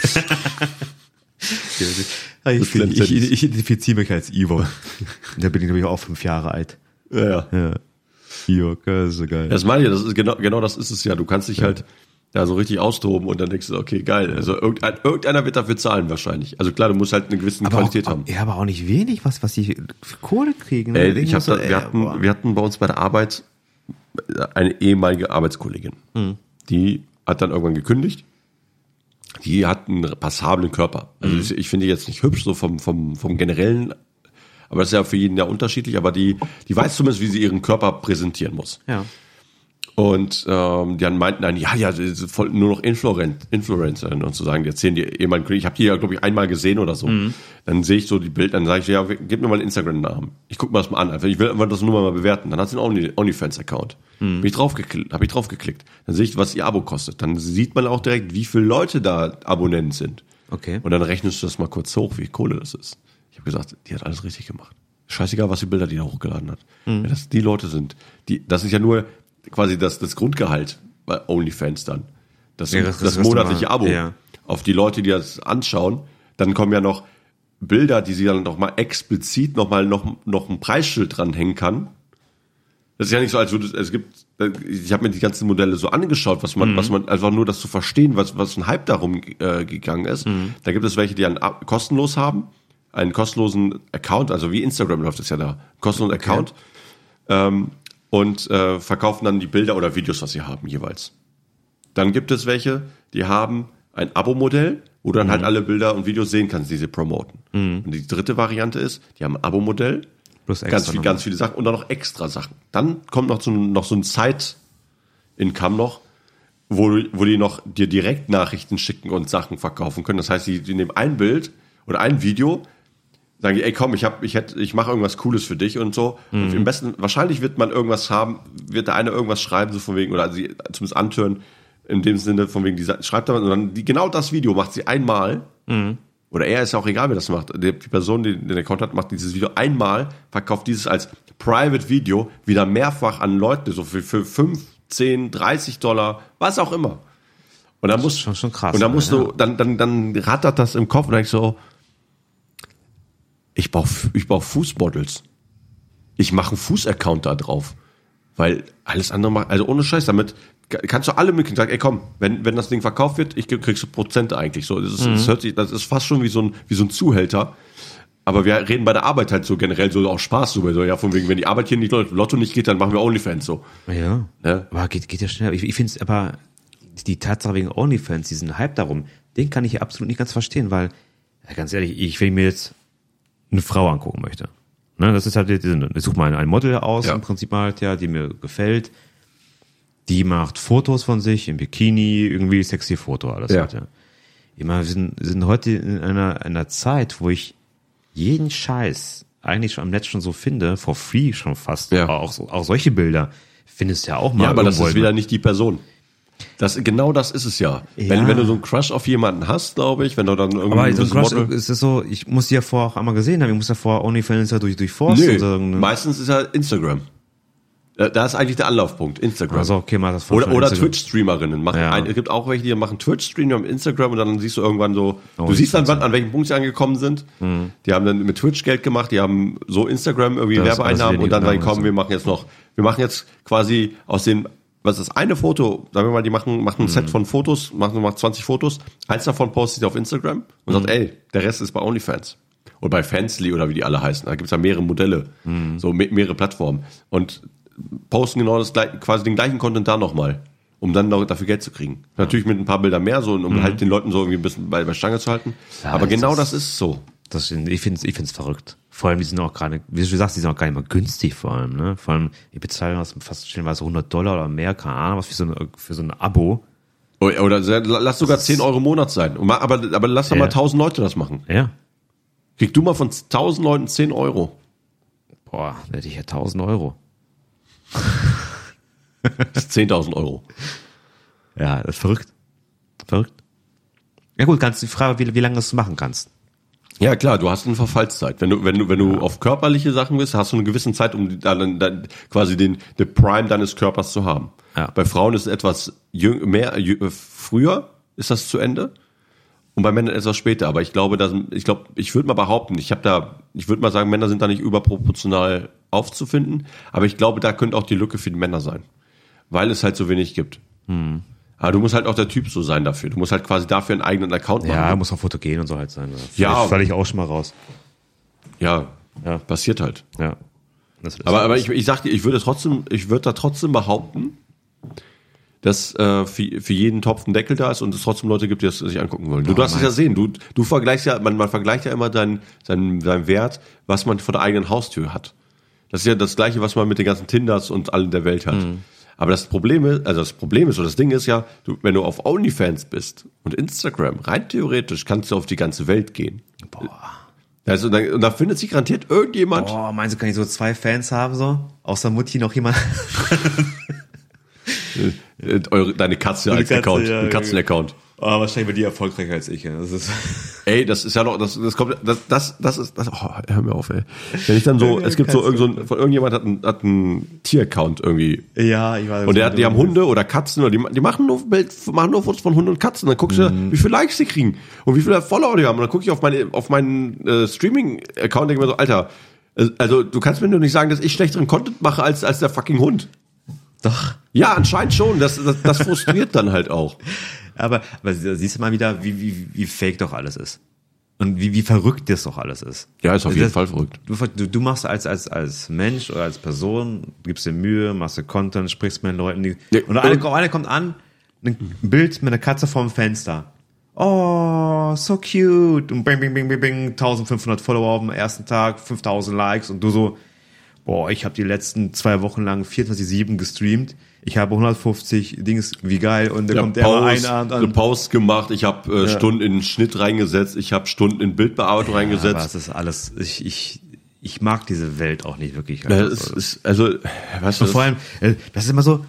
Ich identifiziere mich als Ewok. Da bin ich nämlich auch 5 Jahre alt. Ja. Ewok, das ist so geil. Das meine ich, das ist genau das ist es ja. Du kannst dich halt da so richtig austoben und dann denkst du, okay, geil. Also irgendeiner wird dafür zahlen wahrscheinlich. Also klar, du musst halt eine gewisse Qualität haben. Ja, aber auch nicht wenig, was die für Kohle kriegen. Wir hatten bei uns bei der Arbeit eine ehemalige Arbeitskollegin. Die hat dann irgendwann gekündigt. Die hat einen passablen Körper. Also ich finde die jetzt nicht hübsch, so vom generellen, aber das ist ja für jeden ja unterschiedlich, aber die weiß zumindest, wie sie ihren Körper präsentieren muss. Ja. Und die dann meinten dann, das ist voll nur noch Influencerin und zu sagen, die erzählen die ehemaligen, ich habe die ja, glaube ich, einmal gesehen oder so. Dann sehe ich so die Bilder, dann sage ich, gib mir mal einen Instagram-Namen. Ich gucke mir das mal an, einfach. Ich will einfach das nur mal bewerten. Dann hat sie einen OnlyFans-Account. Habe ich drauf geklickt. Dann sehe ich, was ihr Abo kostet. Dann sieht man auch direkt, wie viele Leute da Abonnenten sind. Okay. Und dann rechnest du das mal kurz hoch, wie Kohle das ist. Ich habe gesagt, die hat alles richtig gemacht. Scheißegal, was die Bilder, die er hochgeladen hat. Wenn das die Leute sind, das ist ja nur quasi das Grundgehalt bei OnlyFans dann. Das monatliche Abo. Ja. Auf die Leute, die das anschauen, dann kommen ja noch Bilder, die sie dann noch mal explizit noch ein Preisschild dranhängen kann. Das ist ja nicht so, als würde ich habe mir die ganzen Modelle so angeschaut, was man einfach nur das zu verstehen, was ein Hype darum gegangen ist. Da gibt es welche, die kostenlos haben, einen kostenlosen Account, also wie Instagram läuft es ja da, kostenlosen Account, und verkaufen dann die Bilder oder Videos, was sie haben jeweils. Dann gibt es welche, die haben ein Abo-Modell, wo du dann halt alle Bilder und Videos sehen kannst, die sie promoten. Und die dritte Variante ist, die haben ein Abo-Modell, ganz viele Sachen und dann noch extra Sachen. Dann kommt noch so ein Side-Income noch, wo die noch dir direkt Nachrichten schicken und Sachen verkaufen können. Das heißt, die nehmen ein Bild oder ein Video, sagen die, ey komm, ich mache irgendwas Cooles für dich und so. Und im besten, wahrscheinlich wird man irgendwas haben, wird der eine irgendwas schreiben, so von wegen, oder sie zumindest antören, in dem Sinne von wegen, schreibt da und dann genau das Video macht sie einmal. Oder ist ja auch egal, wer das macht. Die Person, die den Account hat, macht dieses Video einmal, verkauft dieses als Private Video wieder mehrfach an Leute, so für 5, 10, $30, was auch immer. Und dann das ist schon krass. Und dann musst du, dann rattert das im Kopf und dann denkst du so, ich brauch Fußmodels. Ich mache einen Fußaccount da drauf. Weil alles andere macht, also ohne Scheiß, damit kannst du alle möglichen sagen, ey komm, wenn das Ding verkauft wird, kriegst du Prozente eigentlich. So, das ist fast schon wie so ein Zuhälter. Aber wir reden bei der Arbeit halt so generell so auch Spaß so, ja, von wegen, wenn die Arbeit hier nicht läuft, Lotto nicht geht, dann machen wir OnlyFans so. Ja. Aber geht ja schnell. Ich finde es aber, die Tatsache wegen OnlyFans, diesen Hype darum, den kann ich ja absolut nicht ganz verstehen, weil, ja, ganz ehrlich, wenn ich mir jetzt eine Frau angucken möchte, ne, das ist halt, ich suche mal ein Model aus, im Prinzip halt, ja, die mir gefällt, die macht Fotos von sich im Bikini, irgendwie sexy Foto, alles halt, ja. Wir sind heute in einer Zeit, wo ich jeden Scheiß eigentlich schon am Netz schon so finde, for free schon fast, auch solche Bilder findest du ja auch mal. Ja, aber das ist wieder nicht die Person. Genau das ist es ja. Wenn du so einen Crush auf jemanden hast, glaube ich, wenn du dann irgendwie. Aber so ein Crush ist es so, ich muss die ja vorher auch einmal gesehen haben, ich muss ja vorher OnlyFans ja durchforsten. Nee, meistens ist ja Instagram. Da ist eigentlich der Anlaufpunkt, Instagram. Also okay, mal das oder Twitch-Streamerinnen. Es gibt auch welche, die machen Twitch-Stream auf Instagram und dann siehst du irgendwann so, du siehst dann, an welchem Punkt sie angekommen sind. Die haben dann mit Twitch Geld gemacht, die haben so Instagram irgendwie Werbeeinnahmen und dann sagen, komm, wir machen jetzt quasi aus den, was ist das eine Foto, sagen wir mal, die machen ein Set von Fotos, machen 20 Fotos, eins davon postet sie auf Instagram und sagt, ey, der Rest ist bei OnlyFans. Oder bei Fansly oder wie die alle heißen. Da gibt's ja mehrere Modelle, so mehrere Plattformen. Und posten genau quasi den gleichen Content da nochmal, um dann noch dafür Geld zu kriegen. Natürlich mit ein paar Bildern mehr, so, um halt den Leuten so irgendwie ein bisschen bei Stange zu halten. Ja, aber genau das ist so. Ich find's verrückt. Vor allem, die sind auch gerade, wie du sagst, die sind auch gar nicht mal günstig vor allem, ne? Vor allem, die bezahlen fast stellenweise $100 oder mehr, keine Ahnung, was für so ein Abo. Oder lass sogar 10 Euro im Monat sein. Aber lass doch mal 1000 Leute das machen. Ja. Krieg du mal von 1000 Leuten 10 Euro. Boah, da hätte ich ja 1000 Euro. Das ist 10.000 Euro. Ja, das ist verrückt. Ja gut, kannst du die Frage, wie lange du das machen kannst. Ja klar, du hast eine Verfallszeit. Wenn du auf körperliche Sachen bist, hast du eine gewisse Zeit, um dann quasi den Prime deines Körpers zu haben. Ja. Bei Frauen ist es etwas früher ist das zu Ende und bei Männern etwas später. Aber ich würde mal behaupten, ich würde mal sagen, Männer sind da nicht überproportional aufzufinden, aber ich glaube, da könnte auch die Lücke für die Männer sein, weil es halt so wenig gibt. Aber du musst halt auch der Typ so sein dafür. Du musst halt quasi dafür einen eigenen Account machen. Ja, muss auch fotogen und so halt sein. Ja. Falle ich auch schon mal raus. Ja, passiert halt. Ja. Aber ich sag dir, ich würde da trotzdem behaupten, dass für jeden Topf ein Deckel da ist und es trotzdem Leute gibt, die das sich angucken wollen. Du darfst es ja sehen. Du vergleichst ja, man vergleicht ja immer seinen Wert, was man vor der eigenen Haustür hat. Das ist ja das Gleiche, was man mit den ganzen Tinders und allen der Welt hat. Aber das Problem ist, oder das Ding ist ja, wenn du auf OnlyFans bist und Instagram, rein theoretisch kannst du auf die ganze Welt gehen. Boah. Also, da findet sich garantiert irgendjemand. Boah, meinst du, kann ich so 2 Fans haben, so? Außer Mutti noch jemand? Deine Katze als Account, ein Katzen-Account. Oh, wahrscheinlich wird die erfolgreicher als ich. Das ist ey, das ist ja noch, das kommt, das ist, hör mir auf, ey. Wenn ich dann so, es gibt so von irgendjemand hat einen Tier-Account irgendwie. Ja, ich weiß. Und die haben Hunde oder Katzen oder die machen nur Fotos von Hunden und Katzen. Dann guckst du, wie viele Likes die kriegen und wie viele Follower die haben. Und dann gucke ich auf meinen Streaming-Account und denke mir so, Alter, also du kannst mir nur nicht sagen, dass ich schlechteren Content mache als der fucking Hund. Doch. Ja, anscheinend schon. Das frustriert dann halt auch. Aber siehst du mal wieder, wie fake doch alles ist. Und wie verrückt das doch alles ist. Ja, ist auf jeden Fall verrückt. Du machst als Mensch oder als Person, gibst dir Mühe, machst du Content, sprichst mit den Leuten. Und eine kommt an, ein Bild mit einer Katze vorm Fenster. Oh, so cute. Und bing, bing, bing, bing, bing, 1500 Follower auf dem ersten Tag, 5000 Likes. Und du so, boah, ich habe die letzten 2 Wochen lang 24/7 gestreamt. Ich habe 150 Dings, wie geil. Und da kommt der mal einen Abend an. Post gemacht, ich habe Stunden in den Schnitt reingesetzt, ich habe Stunden in Bildbearbeitung reingesetzt. Aber es ist alles, ich mag diese Welt auch nicht wirklich. Weißt du, vor allem, das ist immer so,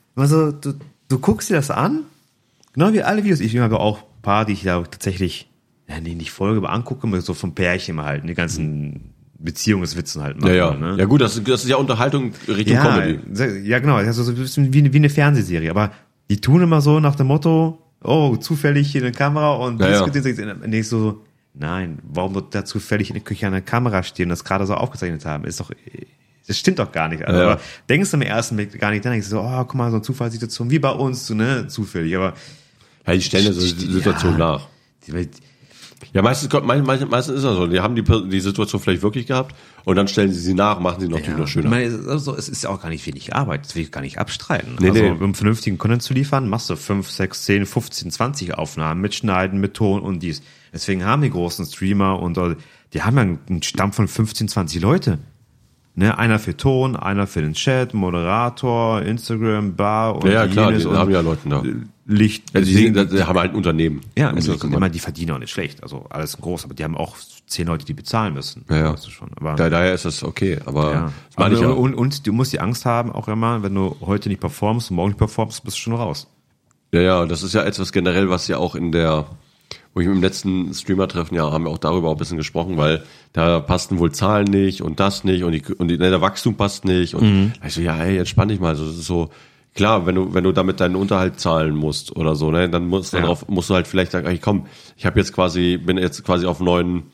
du guckst dir das an, genau wie alle Videos. Ich habe auch ein paar, die ich da tatsächlich, nicht folge, aber angucke, aber so vom Pärchen mal halt, die ganzen Beziehungswitzen halt machen. Ja. Ne? Ja gut, das ist ja Unterhaltung Richtung Comedy. Ja, genau, das ist so ein bisschen wie eine Fernsehserie, aber die tun immer so nach dem Motto, oh, zufällig hier eine Kamera und denkst so, nein, warum wird da zufällig in der Küche eine Kamera stehen und das gerade so aufgezeichnet haben? Das stimmt doch gar nicht. Also, aber denkst du im ersten Blick gar nicht, dann denkst du so, oh, guck mal, so eine Zufallssituation wie bei uns, so, ne, zufällig, aber. Ja, die stellen ja so die Situation nach. Ja, meistens ist das so. Die haben die Situation vielleicht wirklich gehabt und dann stellen sie nach, machen sie natürlich noch schöner. Es ist ja auch gar nicht wenig Arbeit, das will ich gar nicht abstreiten. Nee. Um vernünftigen Content zu liefern, machst du 5, 6, 10, 15, 20 Aufnahmen mit Schneiden, mit Ton und dies. Deswegen haben die großen Streamer und die haben ja einen Stamm von 15, 20 Leute. Ne, einer für Ton, einer für den Chat, Moderator, Instagram, Bar und ja klar, die haben ja Leute da. Licht. Die haben halt ein Unternehmen. Ja, also die verdienen auch nicht schlecht. Also alles groß, aber die haben auch 10 Leute, die bezahlen müssen. Ja. Weißt du schon. Aber daher ist das okay. Aber das meine ich ja. Und du musst die Angst haben, auch immer, wenn du heute nicht performst und morgen nicht performst, bist du schon raus. Ja, das ist ja etwas generell, was ja auch wo ich mit dem letzten Streamer-Treffen haben wir auch darüber ein bisschen gesprochen, weil da passten wohl Zahlen nicht und das nicht und der Wachstum passt nicht und ich so, ja, ey, entspann dich mal, so, das ist so, klar, wenn du damit deinen Unterhalt zahlen musst oder so, ne, dann musst du halt vielleicht sagen, ey, komm, bin jetzt quasi auf neuem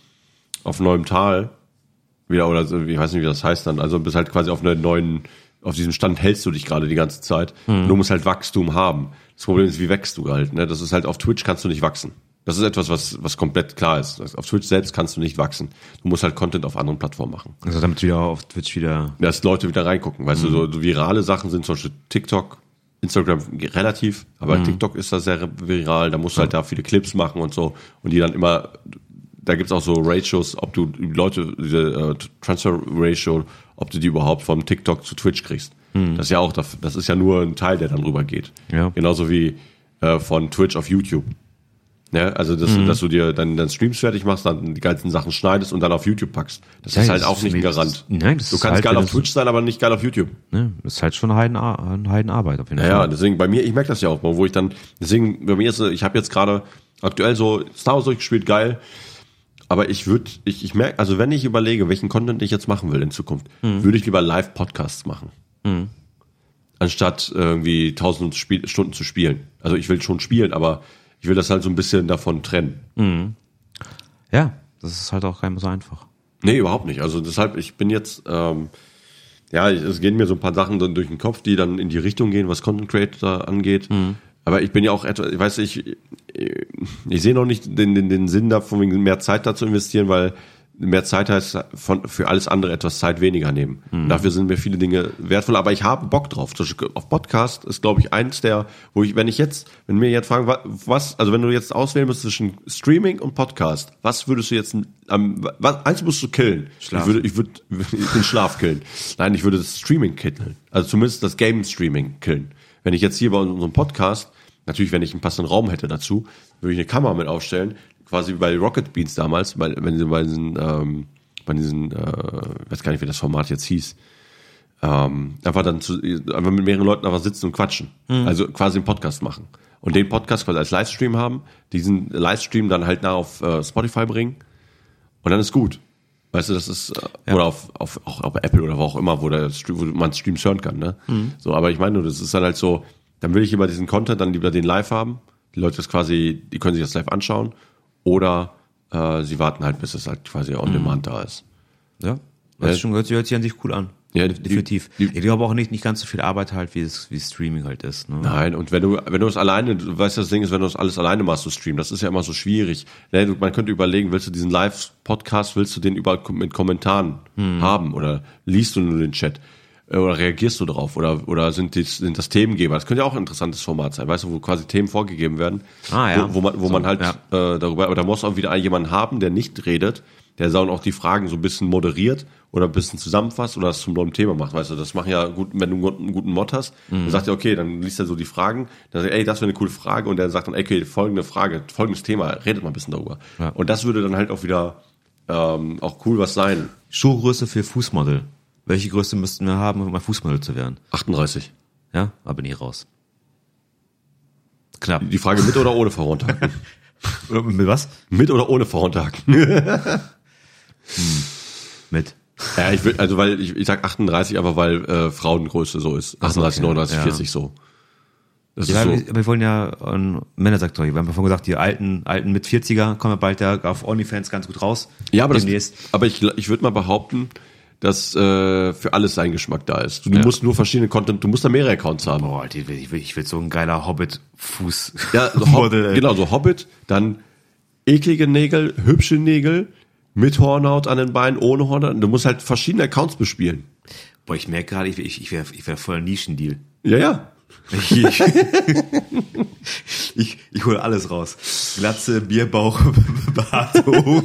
Tal wieder oder so, ich weiß nicht, wie das heißt dann, also bist halt quasi auf diesem Stand hältst du dich gerade die ganze Zeit, du musst halt Wachstum haben. Das Problem ist, wie wächst du halt, ne, das ist halt auf Twitch kannst du nicht wachsen. Das ist etwas, was komplett klar ist. Auf Twitch selbst kannst du nicht wachsen. Du musst halt Content auf anderen Plattformen machen. Also damit wieder auf Twitch wieder... Dass Leute wieder reingucken. Weißt du, so virale Sachen sind zum Beispiel TikTok, Instagram relativ, aber TikTok ist da sehr viral. Da musst du halt da viele Clips machen und so. Und die dann immer... Da gibt's auch so Ratios, ob du Leute, diese Transfer-Ratio, ob du die überhaupt von TikTok zu Twitch kriegst. Das ist ja auch, das ist ja nur ein Teil, der dann rüber geht. Ja. Genauso wie von Twitch auf YouTube. Ja, also dass du dir dann Streams fertig machst, dann die ganzen Sachen schneidest und dann auf YouTube packst. Das ist halt auch nicht ein Garant. Nein, du kannst halt geil auf Twitch sein, aber nicht geil auf YouTube. Ne, das ist halt schon eine Heidenarbeit auf jeden Fall. Ja, deswegen bei mir, ich merke das ja auch, wo ich dann, deswegen bei mir ist, ich habe jetzt gerade aktuell so Star Wars durchgespielt, geil. Aber ich merke, also wenn ich überlege, welchen Content ich jetzt machen will in Zukunft, würde ich lieber Live-Podcasts machen. Anstatt irgendwie 1000 Stunden zu spielen. Also ich will schon spielen, aber ich will das halt so ein bisschen davon trennen. Ja, das ist halt auch gar nicht so einfach. Nee, überhaupt nicht. Also deshalb, ich bin jetzt, es gehen mir so ein paar Sachen dann durch den Kopf, die dann in die Richtung gehen, was Content Creator angeht. Aber ich bin ja auch etwas, ich sehe noch nicht den Sinn davon, mehr Zeit da zu investieren, weil mehr Zeit heißt für alles andere etwas Zeit weniger nehmen. Dafür sind mir viele Dinge wertvoll, aber ich habe Bock drauf. Auf Podcast ist, glaube ich, eins der, wenn mir jetzt fragen, also wenn du jetzt auswählen müsstest zwischen Streaming und Podcast, was würdest du jetzt, eins musst du killen. Ich würde den Schlaf killen. Nein, ich würde das Streaming killen. Also zumindest das Game-Streaming killen. Wenn ich jetzt hier bei unserem Podcast, natürlich, wenn ich einen passenden Raum hätte dazu, würde ich eine Kamera mit aufstellen, quasi wie bei Rocket Beans damals, wenn sie bei diesen, weiß gar nicht, wie das Format jetzt hieß, einfach mit mehreren Leuten einfach sitzen und quatschen. Also quasi einen Podcast machen. und den Podcast quasi als Livestream haben, diesen Livestream dann halt auf Spotify bringen und dann ist gut. Weißt du, das ist, oder auch auf Apple oder wo auch immer, wo man Streams hören kann, ne? So, aber ich meine nur, das ist dann halt so, dann will ich lieber diesen Content dann lieber den live haben. Die Leute die können sich das live anschauen oder sie warten halt, bis es halt quasi on demand da ist. Ja, das hört sich an sich cool an. Ja, definitiv. Ich glaube auch nicht ganz so viel Arbeit halt, wie Streaming halt ist. Ne? Nein, und wenn du es alleine, du weißt, das Ding ist, wenn du das alles alleine machst, so streamen, das ist ja immer so schwierig. Man könnte überlegen, willst du diesen Live-Podcast, willst du den überall mit Kommentaren haben oder liest du nur den Chat? Oder reagierst du drauf? Oder sind das Themengeber? Das könnte ja auch ein interessantes Format sein, weißt du, wo quasi Themen vorgegeben werden. Wo man halt darüber, aber da muss auch wieder jemanden haben, der nicht redet, der dann auch die Fragen so ein bisschen moderiert oder ein bisschen zusammenfasst oder das zum neuen Thema macht, weißt du, das machen ja gut, wenn du einen guten Mod hast, dann sagt er, okay, dann liest er so die Fragen, dann sagt er, ey, das wäre eine coole Frage und der sagt dann, okay, folgende Frage, folgendes Thema, redet mal ein bisschen darüber. Ja. Und das würde dann halt auch wieder auch cool was sein. Schuhgröße für Fußmodel. Welche Größe müssten wir haben, um mal Fußmodel zu werden? 38. Ja, aber nie raus. Knapp. Die Frage mit oder ohne Frauentag? Mit was? Mit oder ohne Frauentag? Mit. Ja, ich sag 38, aber weil Frauengröße so ist. 38, 39, 40 so. Das ist so. Wir wollen ja Männersektor. Wir haben ja vorhin gesagt, die alten mit 40er kommen ja bald ja auf OnlyFans ganz gut raus. Ja, aber ich würde mal behaupten, dass für alles sein Geschmack da ist. Du musst nur verschiedene Content, du musst da mehrere Accounts haben. Boah, ich will so ein geiler Hobbit-Fuß. Ja, genau, so Hobbit, dann eklige Nägel, hübsche Nägel, mit Hornhaut an den Beinen, ohne Hornhaut. Du musst halt verschiedene Accounts bespielen. Boah, ich merke gerade, ich wär voll ein Nischendeal. Ja. Ich hole alles raus. Glatze, Bierbauch, Bart hoch.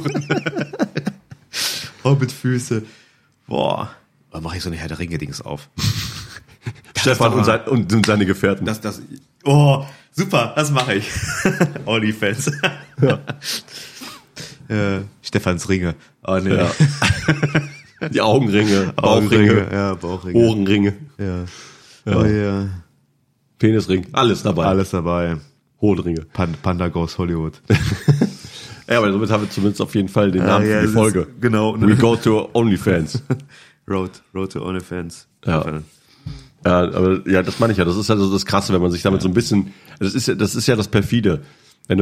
Hobbitfüße. Boah. Da mache ich so eine Herr der Ringe-Dings auf. Stefan und seine Gefährten. Oh, super, das mache ich. OnlyFans. Ja. Stefans Ringe. Oh nee. Ja. Die Augenringe, Bauchringe, Bauchringe. Ohrenringe. Ja. Oh ja. Penisring, alles dabei. Hodenringe. Panda Goes Hollywood. Ja, aber somit haben wir zumindest auf jeden Fall den Namen für die Folge. Genau. We go to OnlyFans. Road to OnlyFans. Ja. Ja, aber ja, das meine ich ja. Das ist ja so das Krasse, wenn man sich damit so ein bisschen, das ist ja das Perfide. Wenn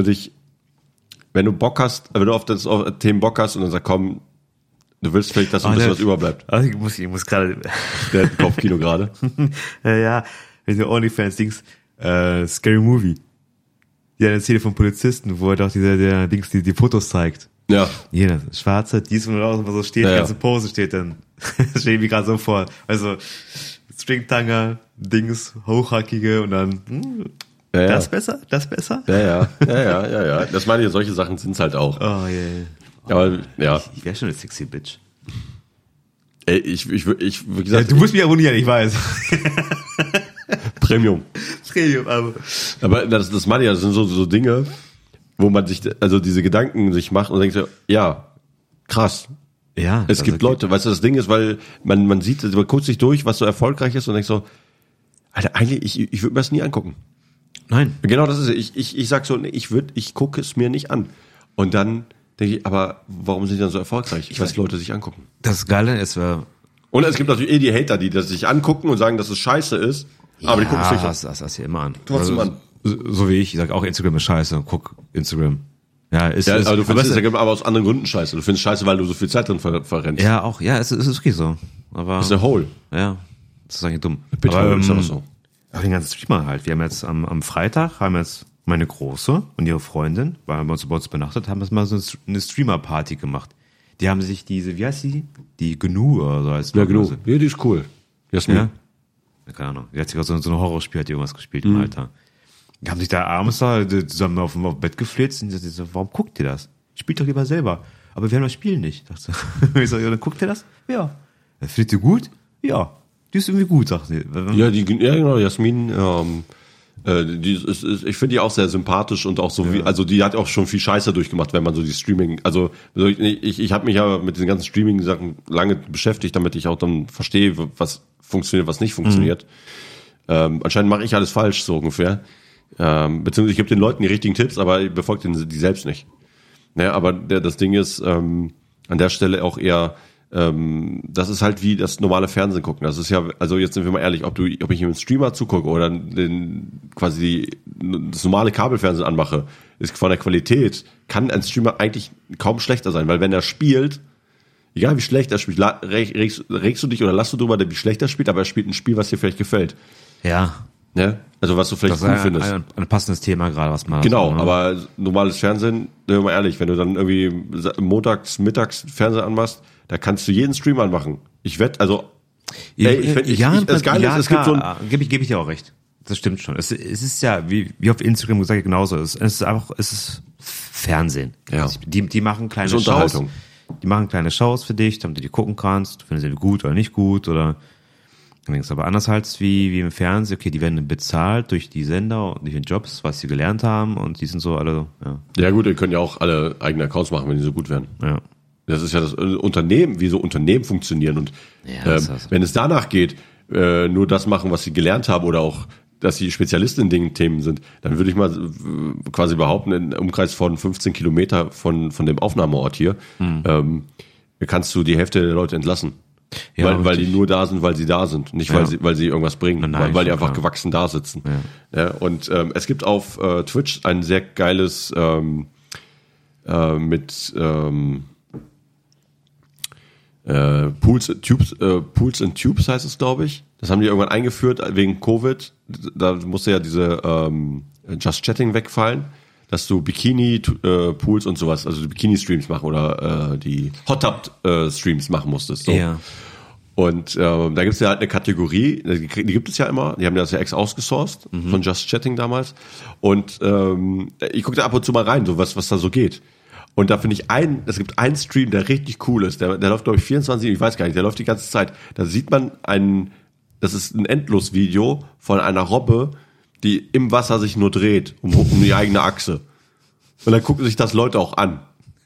du Bock hast, wenn du auf Themen Bock hast und dann sagst, komm, du willst vielleicht, dass ein bisschen was überbleibt. Also ich muss gerade. Der hat ein Kopfkino gerade. Ja, diese OnlyFans-Dings, Scary Movie. Ja, eine Szene vom Polizisten, wo er doch die Fotos zeigt. Ja. Jeder schwarze, dies und das, was so steht, die ganze Pose steht dann. Das stelle ich mir gerade so vor. Also, Stringtanger, Dings, hochhackige und dann, das besser? Ja. Das meine ich, solche Sachen sind's halt auch. Oh, yeah. Aber, ja. Ich wäre schon eine sexy Bitch. Ey, wie gesagt. Ja, du musst mich abonnieren, ich weiß. Premium, aber das meine ich, das sind so Dinge, wo man sich, also diese Gedanken sich macht und denkt so, ja, krass. Ja. Es gibt Leute, weißt du, das Ding ist, weil man sieht, man guckt sich durch, was so erfolgreich ist und denkt so, Alter, eigentlich, ich würde mir das nie angucken. Nein. Genau, das ist es. Ich sag so, ich gucke es mir nicht an. Und dann denke ich, aber warum sind die dann so erfolgreich? Weil es Leute sich angucken. Das Geile ist, und es gibt natürlich die Hater, die das sich angucken und sagen, dass es scheiße ist. Aber die gucken es nicht an. Das hier immer an. Trotzdem an. So wie ich sage auch, Instagram ist scheiße. Guck Instagram. Ja, aber du findest Instagram aber aus anderen Gründen scheiße. Du findest scheiße, weil du so viel Zeit drin verrennst. Ja, auch. Ja, es ist okay so. Aber das ist ein Hole. Ja, das ist eigentlich dumm. Bitte, aber ist auch so. Auch den ganzen Streamer halt. Wir haben jetzt am Freitag, meine Große und ihre Freundin, weil wir uns bei uns übernachtet, haben jetzt mal so eine Streamer-Party gemacht. Die haben sich wie heißt die? Die GNU oder so heißt ja, GNU. Ja, die ist cool. Jasmin. Ja? Keine Ahnung. Die hat sich so ein Horrorspiel, hat die irgendwas gespielt im Alter. Die haben sich da abends zusammen auf dem Bett geflitzt und die so, warum guckt ihr das? Spielt doch lieber selber. Aber wir haben das Spiel nicht. Ich so, ja, dann guckt ihr das? Ja. Findet ihr gut? Ja. Die ist irgendwie gut, sagt sie. Ja, genau, Jasmin, ich finde die auch sehr sympathisch und auch so also die hat auch schon viel Scheiße durchgemacht, wenn man so die Streaming, also ich habe mich ja mit den ganzen Streaming-Sachen lange beschäftigt, damit ich auch dann verstehe, was funktioniert, was nicht funktioniert. Anscheinend mache ich alles falsch, so ungefähr. Beziehungsweise ich gebe den Leuten die richtigen Tipps, aber ich befolge die selbst nicht. Naja, aber das Ding ist an der Stelle auch eher, das ist halt wie das normale Fernsehen gucken. Das ist ja, also jetzt sind wir mal ehrlich, ob ich einem Streamer zugucke oder das normale Kabelfernsehen anmache, ist von der Qualität, kann ein Streamer eigentlich kaum schlechter sein, weil wenn er spielt, egal wie schlecht er spielt, regst du dich oder lass du drüber, wie schlecht er spielt, aber er spielt ein Spiel, was dir vielleicht gefällt. Ja. Ja, also was du vielleicht cool findest. Ein passendes Thema gerade, was man. Genau, aber normales Fernsehen, mal ehrlich, wenn du dann irgendwie montags, mittags Fernsehen anmachst, da kannst du jeden Stream anmachen. Ich wette, also das Geile ist, es gibt so ein... Gebe ich dir auch recht. Das stimmt schon. Es ist ja, wie auf Instagram gesagt, genauso. Es ist Fernsehen. Ja. Die machen kleine Shows. Die machen kleine Shows für dich, damit du die gucken kannst. Du findest sie gut oder nicht gut oder... Aber anders halt wie im Fernsehen, okay, die werden bezahlt durch die Sender und durch den Jobs, was sie gelernt haben und die sind so alle, ja. Ja gut, die können ja auch alle eigene Accounts machen, wenn die so gut werden. Ja. Das ist ja das Unternehmen, wie so Unternehmen funktionieren und wenn es danach geht, nur das machen, was sie gelernt haben oder auch, dass sie Spezialisten in den Themen sind, dann würde ich mal quasi behaupten, in einem Umkreis von 15 Kilometer von dem Aufnahmeort hier, kannst du die Hälfte der Leute entlassen. Ja, weil die nur da sind, weil sie da sind, nicht weil sie irgendwas bringen, weil die einfach gewachsen da sitzen. Ja. Ja, und es gibt auf Twitch ein sehr geiles mit Pools and Tubes heißt es, glaube ich. Das haben die irgendwann eingeführt wegen Covid. Da musste ja diese Just Chatting wegfallen, dass du Bikini-Pools und sowas, also die Bikini-Streams machen oder die Hot-Tub-Streams machen musstest. So. Ja. Und da gibt es ja halt eine Kategorie, die gibt es ja immer, die haben das ja ausgesourced von Just Chatting damals. Und ich gucke da ab und zu mal rein, so was da so geht. Und da finde ich es gibt einen Stream, der richtig cool ist, der läuft, glaube ich, 24, ich weiß gar nicht, der läuft die ganze Zeit. Da sieht man das ist ein Endlosvideo von einer Robbe, die im Wasser sich nur dreht, um die eigene Achse. Und dann gucken sich das Leute auch an.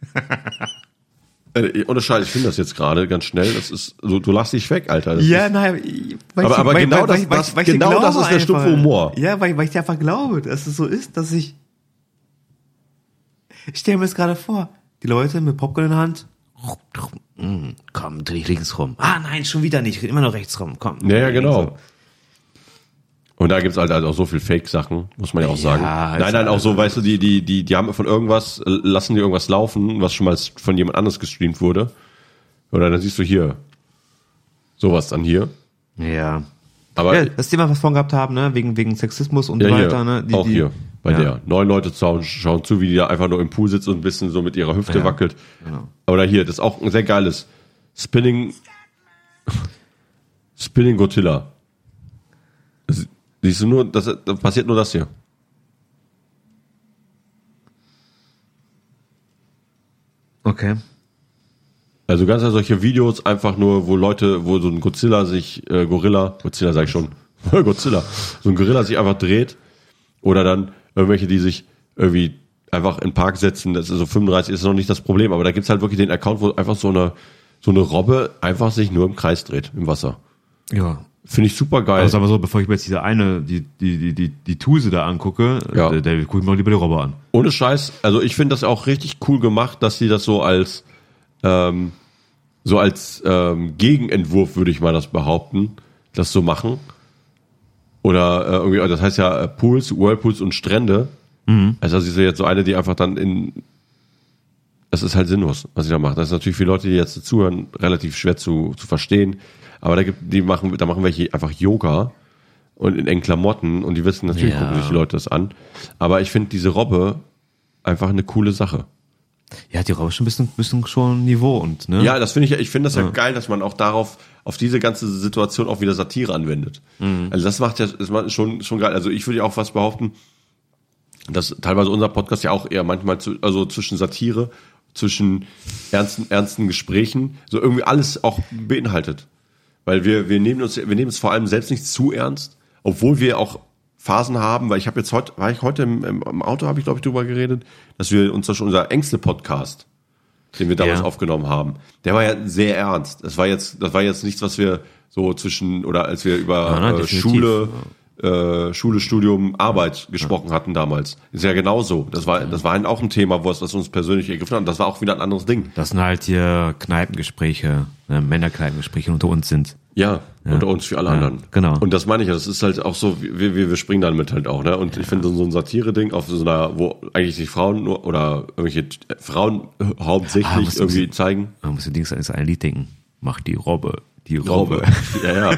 Ohne Scheiß, ich finde das jetzt gerade ganz schnell. Das ist so, du lachst dich weg, Alter. Aber genau das ist der stumpfe Humor. Ja, weil ich dir einfach glaube, dass es so ist, dass ich stelle mir das gerade vor. Die Leute mit Popcorn in der Hand. Komm, dreh ich links rum. Ah nein, schon wieder nicht. Immer noch rechts rum. Komm. Ja, genau. So. Und da gibt's halt auch so viel Fake-Sachen, muss man ja auch sagen. Nein, auch so, weißt du, die haben von irgendwas, lassen die irgendwas laufen, was schon mal von jemand anderes gestreamt wurde. Oder dann siehst du hier sowas dann hier. Ja. Aber ja, das Thema, was wir vorhin gehabt haben, ne, wegen Sexismus und so weiter, ne? Hier, bei der. 9 Leute schauen zu, wie die da einfach nur im Pool sitzt und ein bisschen so mit ihrer Hüfte wackelt. Genau. Oder hier, das ist auch ein sehr geiles Spinning Godzilla. Siehst du nur, da passiert nur das hier. Okay. Also ganz solche Videos einfach nur, wo so ein Godzilla, so ein Gorilla sich einfach dreht. Oder dann irgendwelche, die sich irgendwie einfach in den Park setzen. Das ist so 35, ist noch nicht das Problem. Aber da gibt's halt wirklich den Account, wo einfach so eine Robbe einfach sich nur im Kreis dreht, im Wasser. Ja. Finde ich super geil. Also aber so, bevor ich mir jetzt die Tuse da angucke, der gucke ich mir lieber die Robbe an. Ohne Scheiß, also ich finde das auch richtig cool gemacht, dass sie das so als Gegenentwurf, würde ich mal das behaupten, das so machen. Oder irgendwie, das heißt ja Pools, Whirlpools und Strände. Mhm. Also das ist ja jetzt so eine, die einfach dann das ist halt sinnlos, was sie da macht. Das ist natürlich für Leute, die jetzt zuhören, relativ schwer zu verstehen. Aber da machen welche einfach Yoga und in engen Klamotten und die wissen, natürlich gucken sich die Leute das an. Aber ich finde diese Robbe einfach eine coole Sache. Ja, die Robbe ist schon ein bisschen schon Niveau und, ne? Ja, das finde ich finde das ja geil, dass man auch auf diese ganze Situation auch wieder Satire anwendet. Mhm. Also das macht schon geil. Also ich würde ja auch fast behaupten, dass teilweise unser Podcast ja auch eher manchmal zwischen Satire, zwischen ernsten Gesprächen, so irgendwie alles auch beinhaltet. Weil wir nehmen es vor allem selbst nicht zu ernst, obwohl wir auch Phasen haben, weil war ich heute im Auto, habe ich glaube ich drüber geredet, dass wir uns schon unser Ängste-Podcast, den wir damals aufgenommen haben, der war ja sehr ernst. Das war jetzt nichts, was wir so als wir über Schule Schule, Studium, Arbeit gesprochen hatten damals. Ist ja genauso. Das war auch ein Thema, was uns persönlich ergriffen hat. Und das war auch wieder ein anderes Ding. Das sind halt hier Kneipengespräche, Männerkneipengespräche unter uns sind. Ja, unter uns für alle anderen. Genau. Und das meine ich ja, das ist halt auch so, wir springen damit halt auch, ne? Und ich finde so ein Satire-Ding auf so einer, wo eigentlich sich Frauen nur, oder irgendwelche Frauen hauptsächlich irgendwie zeigen. Man muss allerdings an ein Lied denken. Mach die Robbe. Die Robbe. Ja.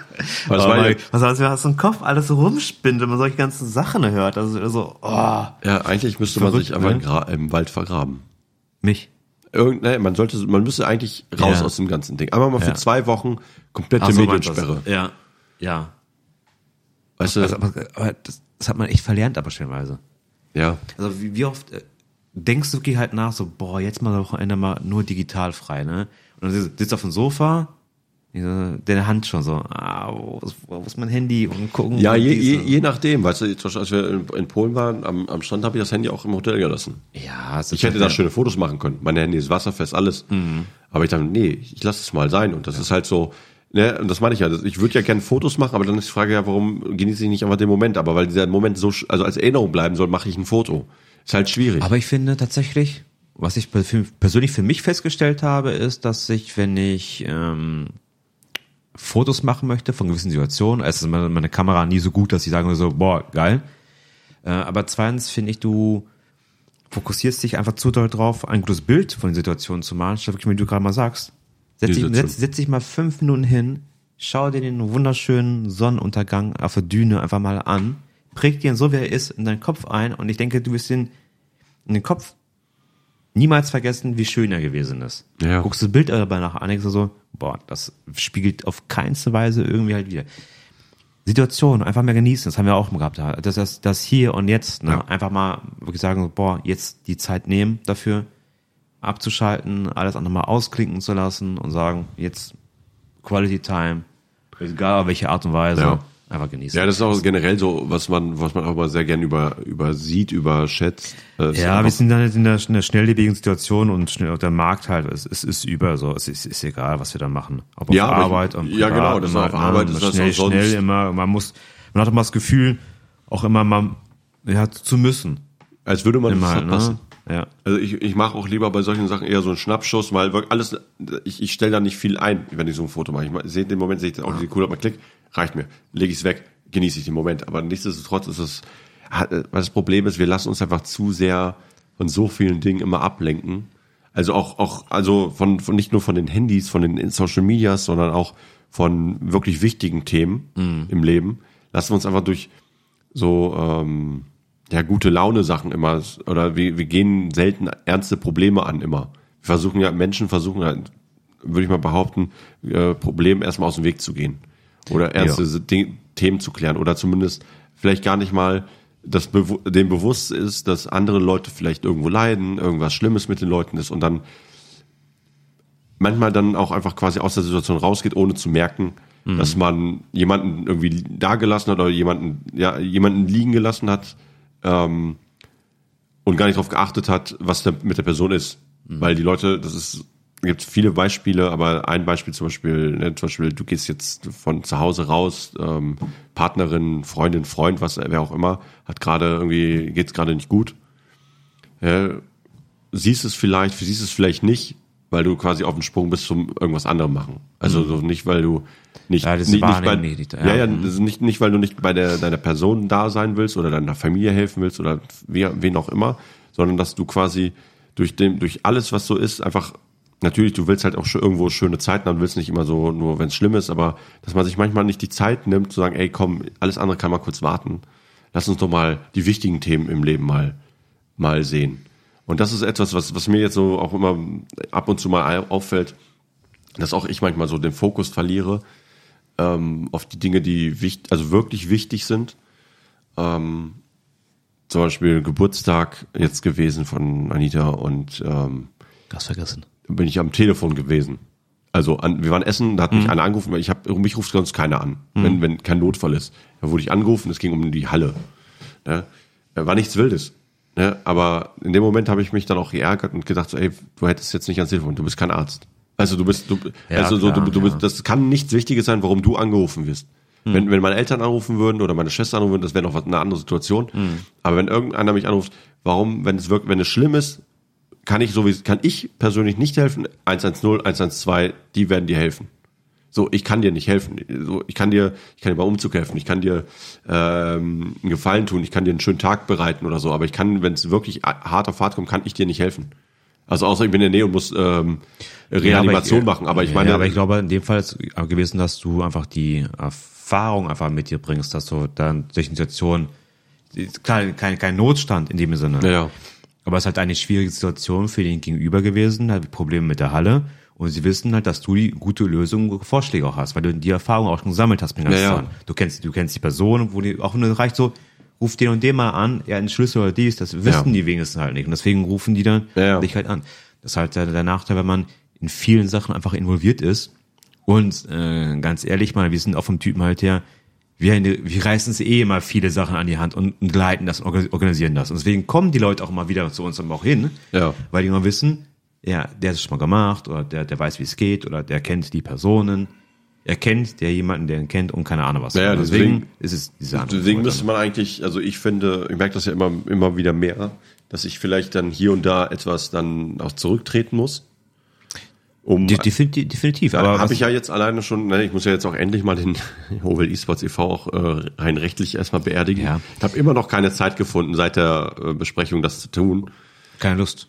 Was hast du im Kopf alles so rumspinnt, wenn man solche ganzen Sachen hört? Also so, Ja, eigentlich müsste man sich einfach im Wald vergraben. Mich? Man müsste eigentlich raus aus dem ganzen Ding. Einmal mal für 2 Wochen komplette Mediensperre. Ja. Weißt du? Aber das hat man echt verlernt, aber stellenweise. Ja. Also wie oft denkst du wirklich halt nach, so, jetzt mal Wochenende mal nur digital frei, ne? Und dann sitzt auf dem Sofa, der Hand schon so, wo ist mein Handy und gucken. Ja, je nachdem, weißt du, als wir in Polen waren, am Strand habe ich das Handy auch im Hotel gelassen. Ja, ich hätte da schöne Fotos machen können. Mein Handy ist wasserfest, alles. Mhm. Aber ich dachte, nee, ich lasse es mal sein. Und das ist halt so, ne, und das meine ich ja, ich würde ja gerne Fotos machen, aber dann ist die Frage ja, warum genieße ich nicht einfach den Moment? Aber weil dieser Moment so, also als Erinnerung bleiben soll, mache ich ein Foto. Ist halt schwierig. Aber ich finde tatsächlich, was ich persönlich für mich festgestellt habe, ist, dass wenn ich Fotos machen möchte von gewissen Situationen, ist meine Kamera nie so gut, dass ich sage so, geil. Aber zweitens finde ich, du fokussierst dich einfach zu doll drauf, ein gutes Bild von den Situationen zu machen, statt wirklich, wie du gerade mal sagst. Setz dich mal 5 Minuten hin, schau dir den wunderschönen Sonnenuntergang auf der Düne einfach mal an, präg dir ihn so, wie er ist, in deinen Kopf ein und ich denke, du wirst in den Kopf niemals vergessen, wie schön er gewesen ist. Ja. Guckst du das Bild dabei nach an, denkst du so, das spiegelt auf keinste Weise irgendwie halt wieder. Situation, einfach mehr genießen, das haben wir auch mal gehabt. Das hier und jetzt, ne? Ja. Einfach mal wirklich sagen, jetzt die Zeit nehmen dafür, abzuschalten, alles andere mal ausklinken zu lassen und sagen, jetzt Quality Time, egal auf welche Art und Weise, einfach genießen. Ja, das ist auch generell so, was man auch mal sehr gern übersieht, überschätzt. Ja, wir sind dann in einer schnelllebigen Situation und der Markt halt, es ist über so, es ist egal, was wir da machen. Ob auf Arbeit und privat. Ja, genau, das auf Arbeit ist das auch schnell immer, man hat immer das Gefühl, auch immer mal, zu müssen. Als würde man immer, verpassen. Ne? Ja. Also ich mache auch lieber bei solchen Sachen eher so einen Schnappschuss, weil alles, ich stelle da nicht viel ein, wenn ich so ein Foto mache. Ich sehe den Moment, sehe ich auch die cool, mal klick, reicht mir, lege ich es weg, genieße ich den Moment. Aber nichtsdestotrotz ist es, was das Problem ist, wir lassen uns einfach zu sehr von so vielen Dingen immer ablenken. Also also von nicht nur von den Handys, von den Social Medias, sondern auch von wirklich wichtigen Themen im Leben. Lassen wir uns einfach durch so gute Laune Sachen immer, oder wir gehen selten ernste Probleme an immer. Menschen versuchen, würde ich mal behaupten, Probleme erstmal aus dem Weg zu gehen. Oder ernste Themen zu klären. Oder zumindest vielleicht gar nicht mal dem bewusst ist, dass andere Leute vielleicht irgendwo leiden, irgendwas Schlimmes mit den Leuten ist und dann manchmal dann auch einfach quasi aus der Situation rausgeht, ohne zu merken, dass man jemanden irgendwie da gelassen hat oder jemanden liegen gelassen hat und gar nicht darauf geachtet hat, was da mit der Person ist. Weil die Leute, gibt viele Beispiele, aber ein Beispiel zum Beispiel, du gehst jetzt von zu Hause raus, Partnerin, Freundin, Freund, wer auch immer, geht's gerade nicht gut. Siehst es vielleicht nicht, weil du quasi auf dem Sprung bist zum irgendwas anderem machen. Also so nicht, weil du nicht weil du nicht bei deiner Person da sein willst oder deiner Familie helfen willst oder wen auch immer, sondern dass du quasi durch alles, was so ist, einfach, natürlich, du willst halt auch irgendwo schöne Zeiten haben, willst nicht immer so, nur wenn es schlimm ist, aber dass man sich manchmal nicht die Zeit nimmt, zu sagen, ey, komm, alles andere kann mal kurz warten. Lass uns doch mal die wichtigen Themen im Leben mal sehen. Und das ist etwas, was mir jetzt so auch immer ab und zu mal auffällt, dass auch ich manchmal so den Fokus verliere auf die Dinge, die wirklich wichtig sind. Zum Beispiel Geburtstag jetzt gewesen von Anita und Ganz vergessen. Bin ich am Telefon gewesen. Also wir waren essen, da hat mich einer angerufen, weil mich ruft sonst keiner an, wenn kein Notfall ist. Da wurde ich angerufen, es ging um die Halle. Ne? War nichts Wildes. Ne? Aber in dem Moment habe ich mich dann auch geärgert und gedacht, so, ey, du hättest jetzt nicht ans Telefon, du bist kein Arzt. Also das kann nichts Wichtiges sein, warum du angerufen wirst. Wenn meine Eltern anrufen würden oder meine Schwester anrufen würden, das wäre noch eine andere Situation. Aber wenn irgendeiner mich anruft, warum, wenn es schlimm ist, kann ich persönlich nicht helfen. 110, 112, die werden dir helfen. So, ich kann dir nicht helfen. So, ich kann dir beim Umzug helfen. Ich kann dir einen Gefallen tun. Ich kann dir einen schönen Tag bereiten oder so. Aber ich kann, wenn es wirklich hart auf hart kommt, kann ich dir nicht helfen. Also außer ich bin in der Nähe und muss Reanimation machen. Aber ich meine, aber ich glaube, in dem Fall ist gewesen, dass du einfach die Erfahrung einfach mit dir bringst, dass du dann durch eine Situation, kein Notstand in dem Sinne. Ja. Aber es ist halt eine schwierige Situation für den Gegenüber gewesen, halt Probleme mit der Halle. Und sie wissen halt, dass du die gute Lösung, Vorschläge auch hast, weil du die Erfahrung auch schon gesammelt hast mit den ganzen Sachen. Du kennst die Person, wo die auch nur reicht so, ruf den und den mal an, ja, ein Schlüssel oder dies, das wissen die wenigstens halt nicht. Und deswegen rufen die dann dich halt an. Das ist halt der Nachteil, wenn man in vielen Sachen einfach involviert ist. Und ganz ehrlich mal, wir sind auch vom Typen halt her, wir reißen es immer viele Sachen an die Hand und leiten das und organisieren das. Und deswegen kommen die Leute auch immer wieder zu uns aber auch hin, weil die immer wissen, ja, der hat es schon mal gemacht oder der weiß, wie es geht oder der kennt die Personen. Er kennt jemanden, der ihn kennt und keine Ahnung was. Ja, deswegen ist es diese andere. Deswegen müsste man eigentlich, also ich merke das ja immer wieder mehr, dass ich vielleicht dann hier und da etwas dann auch zurücktreten muss. Definitiv. Aber habe ich ja jetzt alleine schon, ich muss ja jetzt auch endlich mal den Howell eSports e.V. auch rein rechtlich erstmal beerdigen. Ja. Ich habe immer noch keine Zeit gefunden, seit der Besprechung das zu tun. Keine Lust.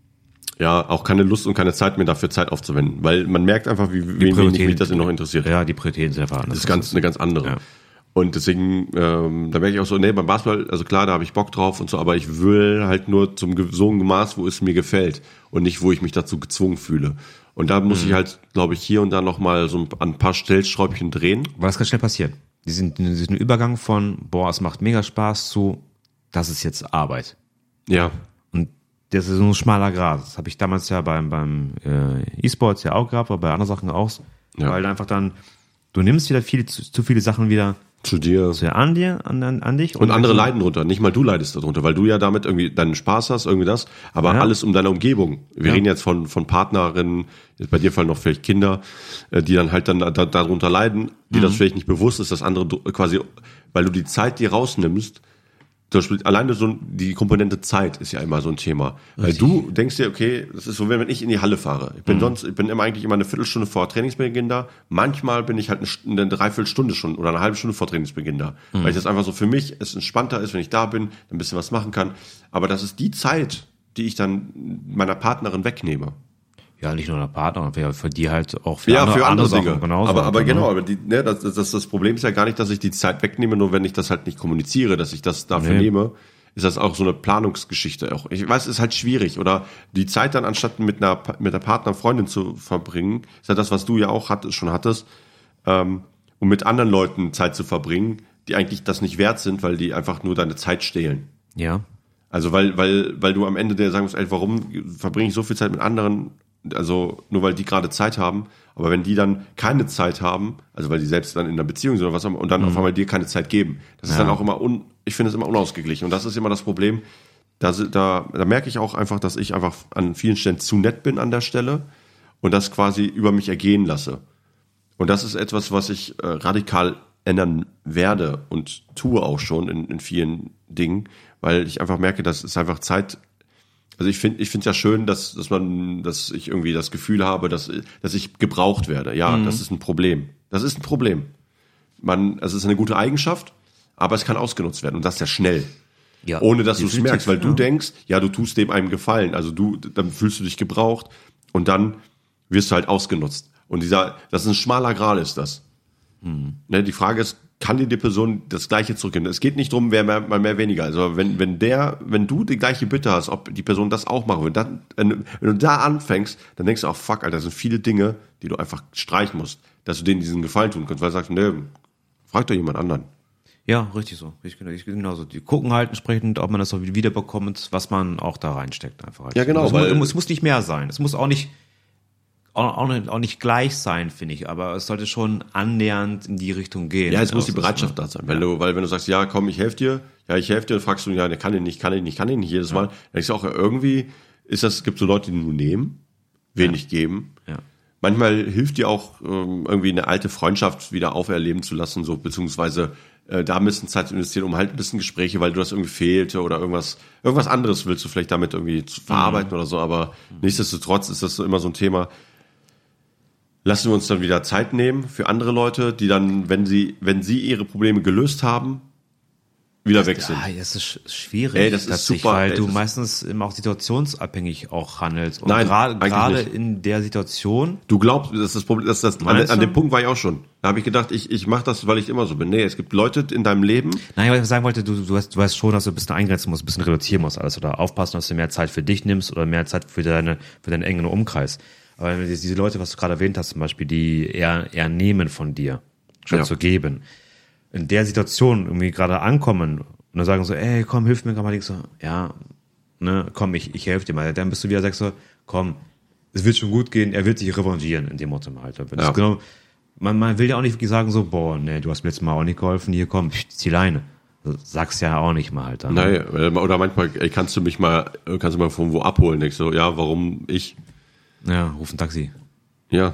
Ja, auch keine Lust und keine Zeit mehr dafür Zeit aufzuwenden, weil man merkt einfach, wie wenig mich das noch interessiert. Ja, die Prioritäten sind einfach anders. Das ist eine ganz andere. Ja. Und deswegen, da merke ich auch so, beim Basketball, also klar, da habe ich Bock drauf und so, aber ich will halt nur zum so einem Maß, wo es mir gefällt und nicht, wo ich mich dazu gezwungen fühle. Und da muss ich halt, glaube ich, hier und da nochmal so ein paar Stellschräubchen drehen. Weil das kann schnell passieren. Diesen Übergang von, es macht mega Spaß zu, das ist jetzt Arbeit. Ja. Und das ist so ein schmaler Grat. Das habe ich damals ja beim E-Sports ja auch gehabt, aber bei anderen Sachen auch. Ja. Weil einfach dann, du nimmst wieder zu viele Sachen wieder zu dir an dich. Und andere leiden drunter. Nicht mal du leidest darunter, weil du ja damit irgendwie deinen Spaß hast, irgendwie das. Aber alles um deine Umgebung. Wir reden jetzt von Partnerinnen, jetzt bei dir fallen noch vielleicht Kinder, die dann halt dann darunter leiden, die das vielleicht nicht bewusst ist, dass andere quasi, weil du die Zeit dir rausnimmst. Zum Beispiel alleine so die Komponente Zeit ist ja immer so ein Thema. Weil du denkst dir, okay, das ist so, wenn ich in die Halle fahre. Ich bin eigentlich immer eine Viertelstunde vor Trainingsbeginn da. Manchmal bin ich halt eine Dreiviertelstunde schon oder eine halbe Stunde vor Trainingsbeginn da. Weil ich das einfach so für mich es entspannter ist, wenn ich da bin, ein bisschen was machen kann. Aber das ist die Zeit, die ich dann meiner Partnerin wegnehme. Ja, nicht nur der Partner, für die halt auch für andere Dinge. Sachen genauso. Aber genau, das Problem ist ja gar nicht, dass ich die Zeit wegnehme, nur wenn ich das halt nicht kommuniziere, dass ich das dafür nehme, ist das auch so eine Planungsgeschichte. Auch ich weiß, es ist halt schwierig. Oder die Zeit dann anstatt mit der Partner, Freundin zu verbringen, ist ja das, was du ja auch schon hattest, um mit anderen Leuten Zeit zu verbringen, die eigentlich das nicht wert sind, weil die einfach nur deine Zeit stehlen. Ja. Also weil du am Ende sagen musst, warum verbringe ich so viel Zeit mit anderen? Also nur weil die gerade Zeit haben, aber wenn die dann keine Zeit haben, also weil die selbst dann in einer Beziehung sind oder was haben und dann auf einmal dir keine Zeit geben, das ist dann auch immer ich finde es immer unausgeglichen und das ist immer das Problem. Da merke ich auch einfach, dass ich einfach an vielen Stellen zu nett bin an der Stelle und das quasi über mich ergehen lasse. Und das ist etwas, was ich radikal ändern werde und tue auch schon in vielen Dingen, weil ich einfach merke, dass es einfach Zeit. Also ich finde es ja schön, dass ich irgendwie das Gefühl habe, dass ich gebraucht werde. Ja, das ist ein Problem. Das ist ein Problem. Es ist eine gute Eigenschaft, aber es kann ausgenutzt werden und das ja schnell. Ja, ohne dass du es merkst, weil du denkst, ja, du tust dem einem Gefallen. Also dann fühlst du dich gebraucht und dann wirst du halt ausgenutzt. Und das ist ein schmaler Grat ist das. Ne, die Frage ist, kann dir die Person das Gleiche zurückgeben? Es geht nicht darum, wer mehr, weniger. Also wenn du die gleiche Bitte hast, ob die Person das auch machen will, dann, wenn du da anfängst, dann denkst du auch, fuck, Alter, das sind viele Dinge, die du einfach streichen musst, dass du denen diesen Gefallen tun kannst, weil du sagst, ne, frag doch jemand anderen. Ja, richtig so. Ich genauso. Die gucken halt entsprechend, ob man das auch wieder bekommt, was man auch da reinsteckt einfach. Halt. Ja, genau. Es muss nicht mehr sein. Es muss auch nicht gleich sein, finde ich, aber es sollte schon annähernd in die Richtung gehen. Ja, es muss die Bereitschaft da sein. Weil wenn du sagst, ja, komm, ich helfe dir, fragst du, ja, kann ich nicht jedes Mal. Dann denkst du auch, irgendwie gibt so Leute, die nur nehmen, wenig geben. Ja. manchmal hilft dir auch irgendwie eine alte Freundschaft wieder auferleben zu lassen, so beziehungsweise da ein bisschen Zeit zu investieren, um halt ein bisschen Gespräche, weil du das irgendwie fehlte oder irgendwas anderes willst du vielleicht damit irgendwie zu verarbeiten oder so, aber nichtsdestotrotz ist das so immer so ein Thema. Lassen wir uns dann wieder Zeit nehmen für andere Leute, die dann, wenn sie ihre Probleme gelöst haben, wieder weg sind. Ja, das ist schwierig. Ey, das ist super. Weil du meistens immer auch situationsabhängig auch handelst. Und Nein, gerade in der Situation. Du glaubst, das ist das Problem, an dem Punkt war ich auch schon. Da habe ich gedacht, ich mache das, weil ich immer so bin. Nee, es gibt Leute in deinem Leben. Nein, was ich sagen wollte, du weißt schon, dass du ein bisschen eingrenzen musst, ein bisschen reduzieren musst alles oder aufpassen, dass du mehr Zeit für dich nimmst oder mehr Zeit für deinen engen Umkreis. Aber wenn diese Leute, was du gerade erwähnt hast, zum Beispiel, die eher nehmen von dir, statt zu geben, in der Situation irgendwie gerade ankommen und dann sagen so, ey, komm, hilf mir, mal so, ja, ne, komm, ich helfe dir mal. Dann bist du wieder, sagst so, komm, es wird schon gut gehen, er wird sich revanchieren in dem Motto halt. Ja. Genau, man will ja auch nicht wirklich sagen so, boah, ne, du hast mir jetzt mal auch nicht geholfen, hier komm, zieh Leine. Sagst ja auch nicht mal halt. Dann. Nein, oder manchmal, ey, kannst du mal von wo abholen? Ich so, ja, warum ich? Ja, ruf ein Taxi. Ja.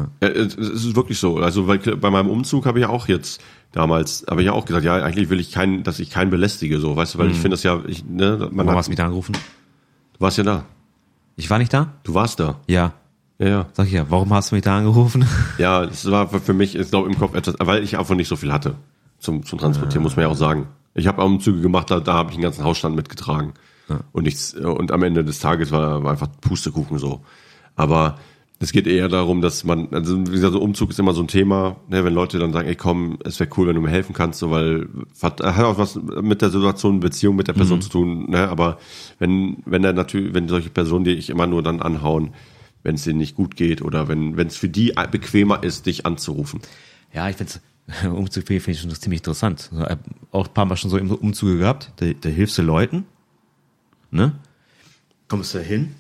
Es ist wirklich so. Also bei meinem Umzug habe ich auch jetzt damals, habe ich ja auch gesagt, ja, eigentlich will ich dass ich keinen belästige, so, weißt du, weil ich finde das ja, Warum hast du mich da angerufen? Du warst ja da. Ich war nicht da? Du warst da. Ja. Ja. Sag ich ja, warum hast du mich da angerufen? Ja, das war für mich, ich glaube, im Kopf etwas, weil ich einfach nicht so viel hatte zum Transportieren, muss man ja auch sagen. Ich habe auch Umzüge gemacht, da habe ich einen ganzen Hausstand mitgetragen. Ja. Und am Ende des Tages war einfach Pustekuchen so. Aber es geht eher darum, dass also wie gesagt, so Umzug ist immer so ein Thema, ne, wenn Leute dann sagen, ey komm, es wäre cool, wenn du mir helfen kannst, so, weil hat auch was mit der Situation, Beziehung mit der Person zu tun, ne, aber wenn solche Personen, die ich immer nur dann anhauen, wenn es denen nicht gut geht oder wenn es für die bequemer ist, dich anzurufen. Ja, ich finde Umzug finde ich schon ziemlich interessant. Auch ein paar Mal schon so Umzüge gehabt, da hilfst du Leuten, ne, kommst du da hin,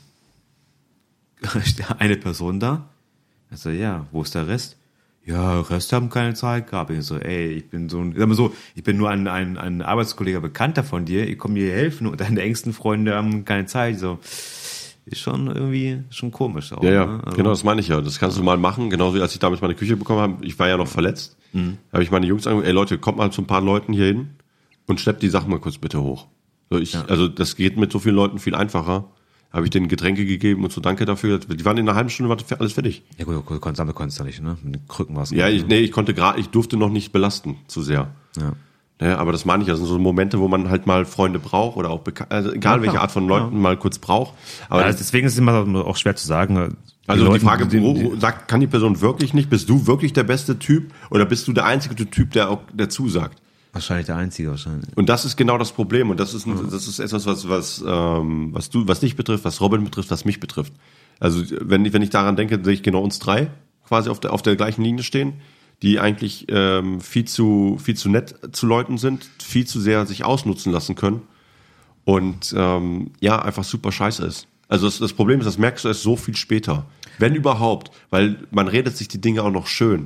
eine Person da. Also ja, wo ist der Rest? Ja, Rest haben keine Zeit gehabt. Ich so, ey, ich bin nur ein Arbeitskollege, Bekannter von dir. Ich komme dir helfen und deine engsten Freunde haben keine Zeit. So, ist schon irgendwie schon komisch auch. Ja, ne? Also, genau, das meine ich ja. Das kannst du mal machen. Genauso wie als ich damals meine Küche bekommen habe. Ich war ja noch verletzt. Habe ich meine Jungs angerufen, ey Leute, kommt mal zu ein paar Leuten hier hin und schleppt die Sachen mal kurz bitte hoch. So, also das geht mit so vielen Leuten viel einfacher. Habe ich denen Getränke gegeben und so danke dafür. Die waren in einer halben Stunde, war alles fertig. Ja gut, du konntest ja nicht, ne? Mit den Krücken war es. Ja, ich durfte noch nicht belasten zu sehr. Ja, aber das meine ich, das sind so Momente, wo man halt mal Freunde braucht oder auch also egal welche Art von Leuten mal kurz braucht. Aber deswegen ist es immer auch schwer zu sagen. Also die Frage, kann die Person wirklich nicht, bist du wirklich der beste Typ oder bist du der einzige Typ, der auch dazu sagt? Wahrscheinlich der Einzige, wahrscheinlich. Und das ist genau das Problem. Und das ist etwas, was dich betrifft, was Robin betrifft, was mich betrifft. Also wenn ich daran denke, sehe ich genau uns drei quasi auf der gleichen Linie stehen, die eigentlich viel zu nett zu Leuten sind, viel zu sehr sich ausnutzen lassen können und einfach super scheiße ist. Also das Problem ist, das merkst du erst so viel später. Wenn überhaupt, weil man redet sich die Dinge auch noch schön.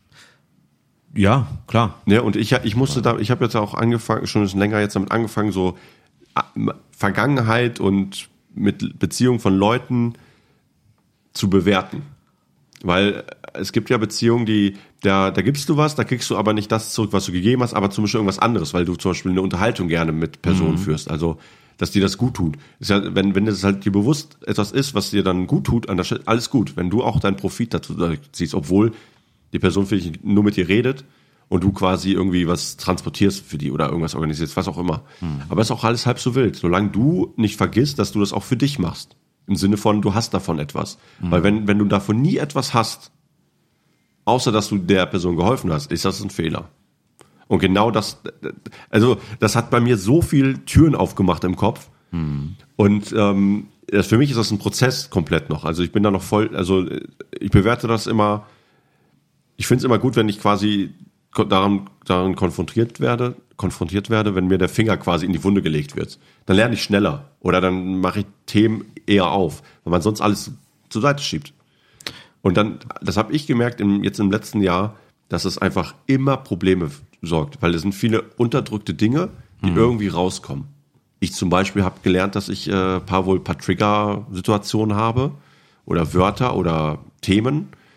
Ja, klar. Ja, und ich habe jetzt auch angefangen, schon ein bisschen länger jetzt damit angefangen, so Vergangenheit und mit Beziehungen von Leuten zu bewerten. Weil es gibt ja Beziehungen, da gibst du was, da kriegst du aber nicht das zurück, was du gegeben hast, aber zum Beispiel irgendwas anderes, weil du zum Beispiel eine Unterhaltung gerne mit Personen führst. Also, dass dir das gut tut. Ist ja, wenn das halt dir bewusst etwas ist, was dir dann gut tut, an der Stelle, alles gut. Wenn du auch deinen Profit dazu ziehst, obwohl die Person vielleicht nur mit dir redet und du quasi irgendwie was transportierst für die oder irgendwas organisierst, was auch immer. Aber es ist auch alles halb so wild. Solange du nicht vergisst, dass du das auch für dich machst. Im Sinne von, du hast davon etwas. Weil wenn du davon nie etwas hast, außer dass du der Person geholfen hast, ist das ein Fehler. Und genau das hat bei mir so viel Türen aufgemacht im Kopf. Und für mich ist das ein Prozess komplett noch. Also ich bin da noch voll, also ich bewerte das immer. Ich finde es immer gut, wenn ich quasi daran konfrontiert werde, wenn mir der Finger quasi in die Wunde gelegt wird. Dann lerne ich schneller oder dann mache ich Themen eher auf, weil man sonst alles zur Seite schiebt. Und dann, das habe ich gemerkt jetzt im letzten Jahr, dass es einfach immer Probleme sorgt, weil es sind viele unterdrückte Dinge, die irgendwie rauskommen. Ich zum Beispiel habe gelernt, dass ich ein paar Trigger-Situationen habe oder Wörter oder Themen,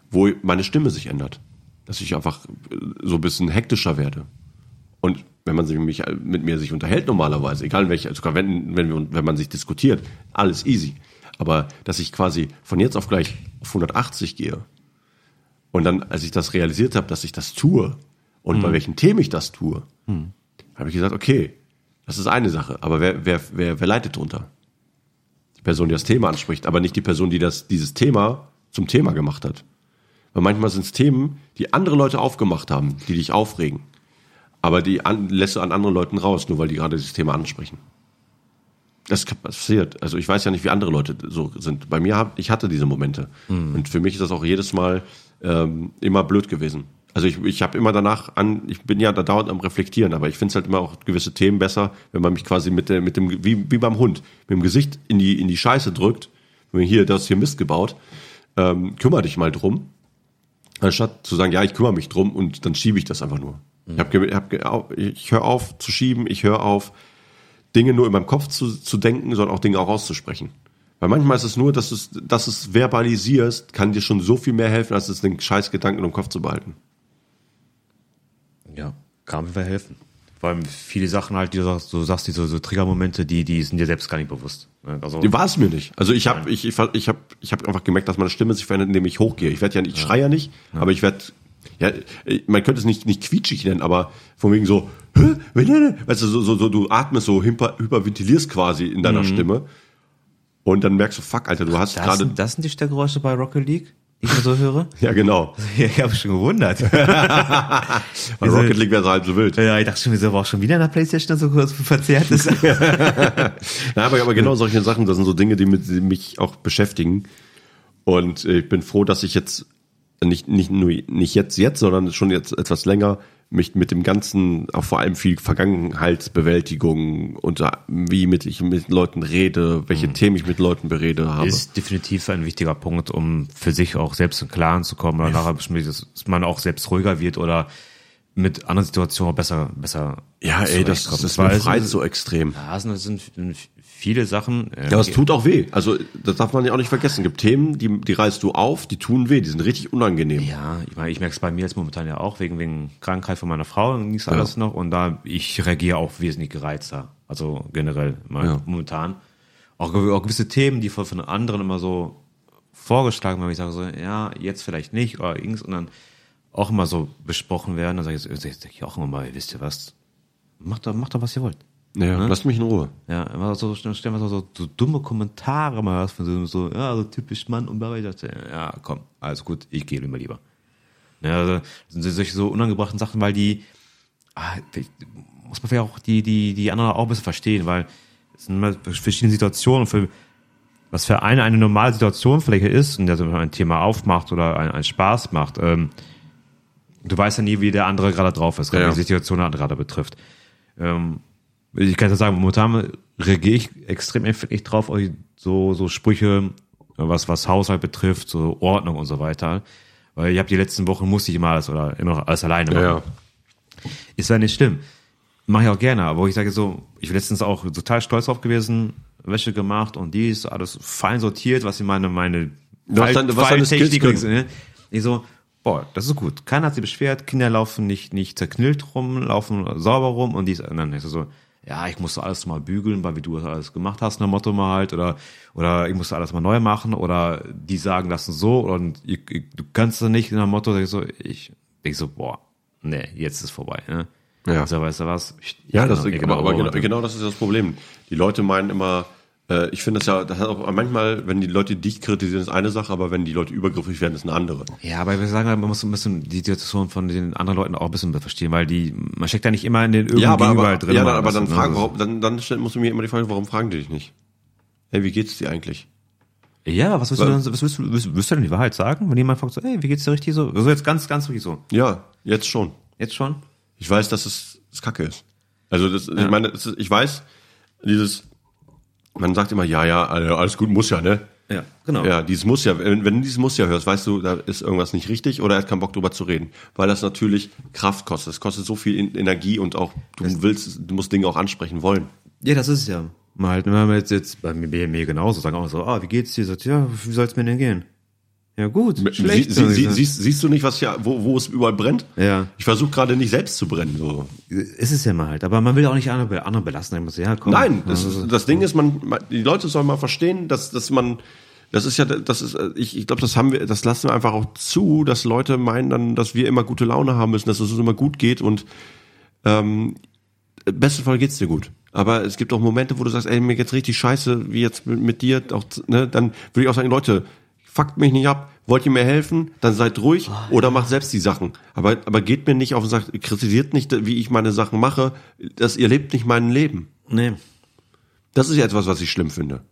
wo meine Stimme sich ändert. Dass ich einfach so ein bisschen hektischer werde. Und wenn man mit mir sich unterhält normalerweise, egal in welcher, sogar wenn man sich diskutiert, alles easy. Aber dass ich quasi von jetzt auf gleich auf 180 gehe und dann, als ich das realisiert habe, dass ich das tue und bei welchen Themen ich das tue, habe ich gesagt, okay, das ist eine Sache, aber wer leidet drunter? Die Person, die das Thema anspricht, aber nicht die Person, die dieses Thema zum Thema gemacht hat. Weil manchmal sind es Themen, die andere Leute aufgemacht haben, die dich aufregen. Aber die lässt du an anderen Leuten raus, nur weil die gerade dieses Thema ansprechen. Das passiert. Also ich weiß ja nicht, wie andere Leute so sind. Bei mir, ich hatte diese Momente. Und für mich ist das auch jedes Mal immer blöd gewesen. Also ich habe immer danach ich bin ja da dauernd am Reflektieren, aber ich finde es halt immer auch gewisse Themen besser, wenn man mich quasi mit dem wie beim Hund, mit dem Gesicht in die Scheiße drückt. Wenn hier, das hier Mist gebaut, kümmere dich mal drum. Anstatt zu sagen, ja, ich kümmere mich drum und dann schiebe ich das einfach nur. Ich höre auf zu schieben, ich höre auf, Dinge nur in meinem Kopf zu denken, sondern auch Dinge auch auszusprechen. Weil manchmal ist es nur, dass es verbalisierst, kann dir schon so viel mehr helfen, als es den scheiß Gedanken im Kopf zu behalten. Ja, kann mir helfen. Vor allem viele Sachen halt, die du sagst, diese Triggermomente, die sind dir selbst gar nicht bewusst. Also, die war es mir nicht. Also ich habe einfach gemerkt, dass meine Stimme sich verändert, indem ich hochgehe. Ich schreie ja nicht, aber ich werde, ja, man könnte es nicht quietschig nennen, aber von wegen so, weißt du, so du atmest so, hyperventilierst quasi in deiner Stimme und dann merkst du, fuck, Alter, du hast gerade... Das sind die Störgeräusche bei Rocket League, die ich mir so höre? Ja, genau. Ich habe mich schon gewundert. Bei Rocket League wäre es halb so wild. Ja, ich dachte schon, wieso war auch schon wieder in der Playstation so kurz verzerrt ist. Na, aber genau solche Sachen, das sind so Dinge, die mich auch beschäftigen. Und ich bin froh, dass ich jetzt nicht jetzt, sondern schon jetzt etwas länger mich mit dem Ganzen, auch vor allem viel Vergangenheitsbewältigung und wie ich mit Leuten rede, welche Themen ich mit Leuten berede habe. Ist definitiv ein wichtiger Punkt, um für sich auch selbst im Klaren zu kommen oder nachher, dass man auch selbst ruhiger wird oder mit anderen Situationen auch besser. Ja, ey, das befreit so extrem. Ja, das sind viele Sachen. Ja, aber es tut auch weh. Also, das darf man ja auch nicht vergessen. Es gibt Themen, die reißt du auf, die tun weh, die sind richtig unangenehm. Ja, ich merke es bei mir jetzt momentan ja auch, wegen Krankheit von meiner Frau, nichts alles noch. Und ich reagiere auch wesentlich gereizter. Also generell momentan. Auch gewisse Themen, die von anderen immer so vorgeschlagen werden, ich sage so, ja, jetzt vielleicht nicht, oder irgendwas, und dann auch immer so besprochen werden. Dann sage ich auch immer mal, wisst ihr was, macht doch, was ihr wollt. Ja, ne? Lasst mich in Ruhe. Ja, immer so, stellen wir so dumme Kommentare mal von so, ja, so typisch Mann und bla. Ich dachte, ja, komm, alles gut, ich gehe immer lieber. Ja, also, sind solche so unangebrachten Sachen, weil muss man vielleicht auch die anderen auch ein bisschen verstehen, weil es sind immer verschiedene Situationen, was für eine normale Situation vielleicht ist, in der so ein Thema aufmacht oder einen Spaß macht, du weißt ja nie, wie der andere gerade drauf ist, die Situation der andere gerade betrifft. Ich kann ja sagen, momentan reagiere ich extrem empfindlich drauf, so Sprüche, was Haushalt betrifft, so Ordnung und so weiter. Weil ich habe die letzten Wochen musste ich immer noch alles alleine machen. Ja. Ist ja nicht schlimm. Mache ich auch gerne, aber ich sage so, ich bin letztens auch total stolz drauf gewesen, Wäsche gemacht und dies, alles fein sortiert, was ich meine Falltechnik ist. Ne? Ich so, boah, das ist gut. Keiner hat sich beschwert, Kinder laufen nicht zerknüllt rum, laufen sauber rum und dies. Und dann ist so, ja, ich musste alles mal bügeln, weil wie du das alles gemacht hast, nach Motto mal halt, oder ich musste alles mal neu machen, oder die sagen das so, und du kannst das nicht, nach Motto, ich so, boah, nee, jetzt ist vorbei, ne? Ja. Also, weißt du was? Genau das ist das Problem. Die Leute meinen immer, ich finde das hat auch manchmal, wenn die Leute dich kritisieren, ist eine Sache, aber wenn die Leute übergriffig werden, ist eine andere. Ja, aber wir sagen, man muss ein bisschen die Situation von den anderen Leuten auch ein bisschen verstehen, weil man steckt ja nicht immer in den Gegenüber drin. Ja, aber dann musst du mir immer die Frage, warum fragen die dich nicht? Hey, wie geht's dir eigentlich? Ja, was willst du denn die Wahrheit sagen, wenn jemand fragt so, hey, wie geht's dir richtig so? Also jetzt ganz, ganz richtig so. Ja, jetzt schon. Jetzt schon? Ich weiß, dass es Kacke ist. Also ich meine, ich weiß, man sagt immer, ja, alles gut, muss ja, ne? Ja, genau. Ja, dieses Muss ja, wenn du dieses Muss ja hörst, weißt du, da ist irgendwas nicht richtig oder er hat keinen Bock drüber zu reden. Weil das natürlich Kraft kostet. Es kostet so viel Energie und auch, du musst Dinge auch ansprechen wollen. Ja, das ist es ja. Wenn wir jetzt bei mir genauso sagen, auch so, wie geht's dir? Sagt, ja, wie soll's mir denn gehen? Ja gut, schlecht. Siehst du nicht, was hier, wo es überall brennt? Ja. Ich versuche gerade nicht selbst zu brennen. So. Ist es ja mal halt. Aber man will auch nicht andere belasten. Ich muss, ja, komm. Nein, das Ding ist, die Leute sollen mal verstehen, ich glaube, das lassen wir einfach auch zu, dass Leute meinen dann, dass wir immer gute Laune haben müssen, dass es uns immer gut geht und im besten Fall geht's dir gut. Aber es gibt auch Momente, wo du sagst, ey, mir geht's richtig scheiße, wie jetzt mit dir, auch, ne, dann würde ich auch sagen, Leute, fuckt mich nicht ab, wollt ihr mir helfen, dann seid ruhig oder macht selbst die Sachen. Aber geht mir nicht auf und sagt, kritisiert nicht, wie ich meine Sachen mache, ihr lebt nicht mein Leben. Nee. Das ist ja etwas, was ich schlimm finde.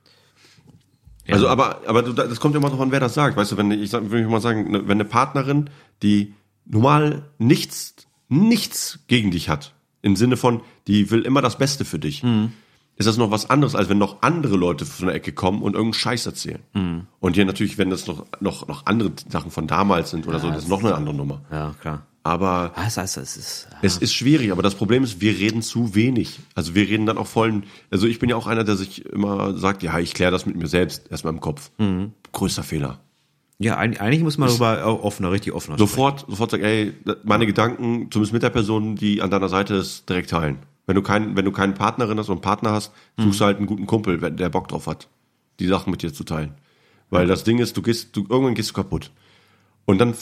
Ja. Also, aber das kommt immer drauf an, wer das sagt. Weißt du, würde ich mal sagen, wenn eine Partnerin, die normal nichts gegen dich hat, im Sinne von, die will immer das Beste für dich, ist das noch was anderes, als wenn noch andere Leute von der Ecke kommen und irgendeinen Scheiß erzählen. Und hier natürlich, wenn das noch andere Sachen von damals sind oder so, das ist noch eine andere Nummer. Ja, klar. Aber es ist schwierig, aber das Problem ist, wir reden zu wenig. Also wir reden dann auch also ich bin ja auch einer, der sich immer sagt, ja, ich kläre das mit mir selbst, erstmal im Kopf. Größter Fehler. Ja, eigentlich muss man darüber richtig offener sofort sagen, ey, meine Gedanken, zumindest mit der Person, die an deiner Seite ist, direkt teilen. Wenn du keine Partnerin hast oder einen Partner hast, suchst du halt einen guten Kumpel, der Bock drauf hat, die Sachen mit dir zu teilen. Weil das Ding ist, irgendwann gehst du kaputt. Und dann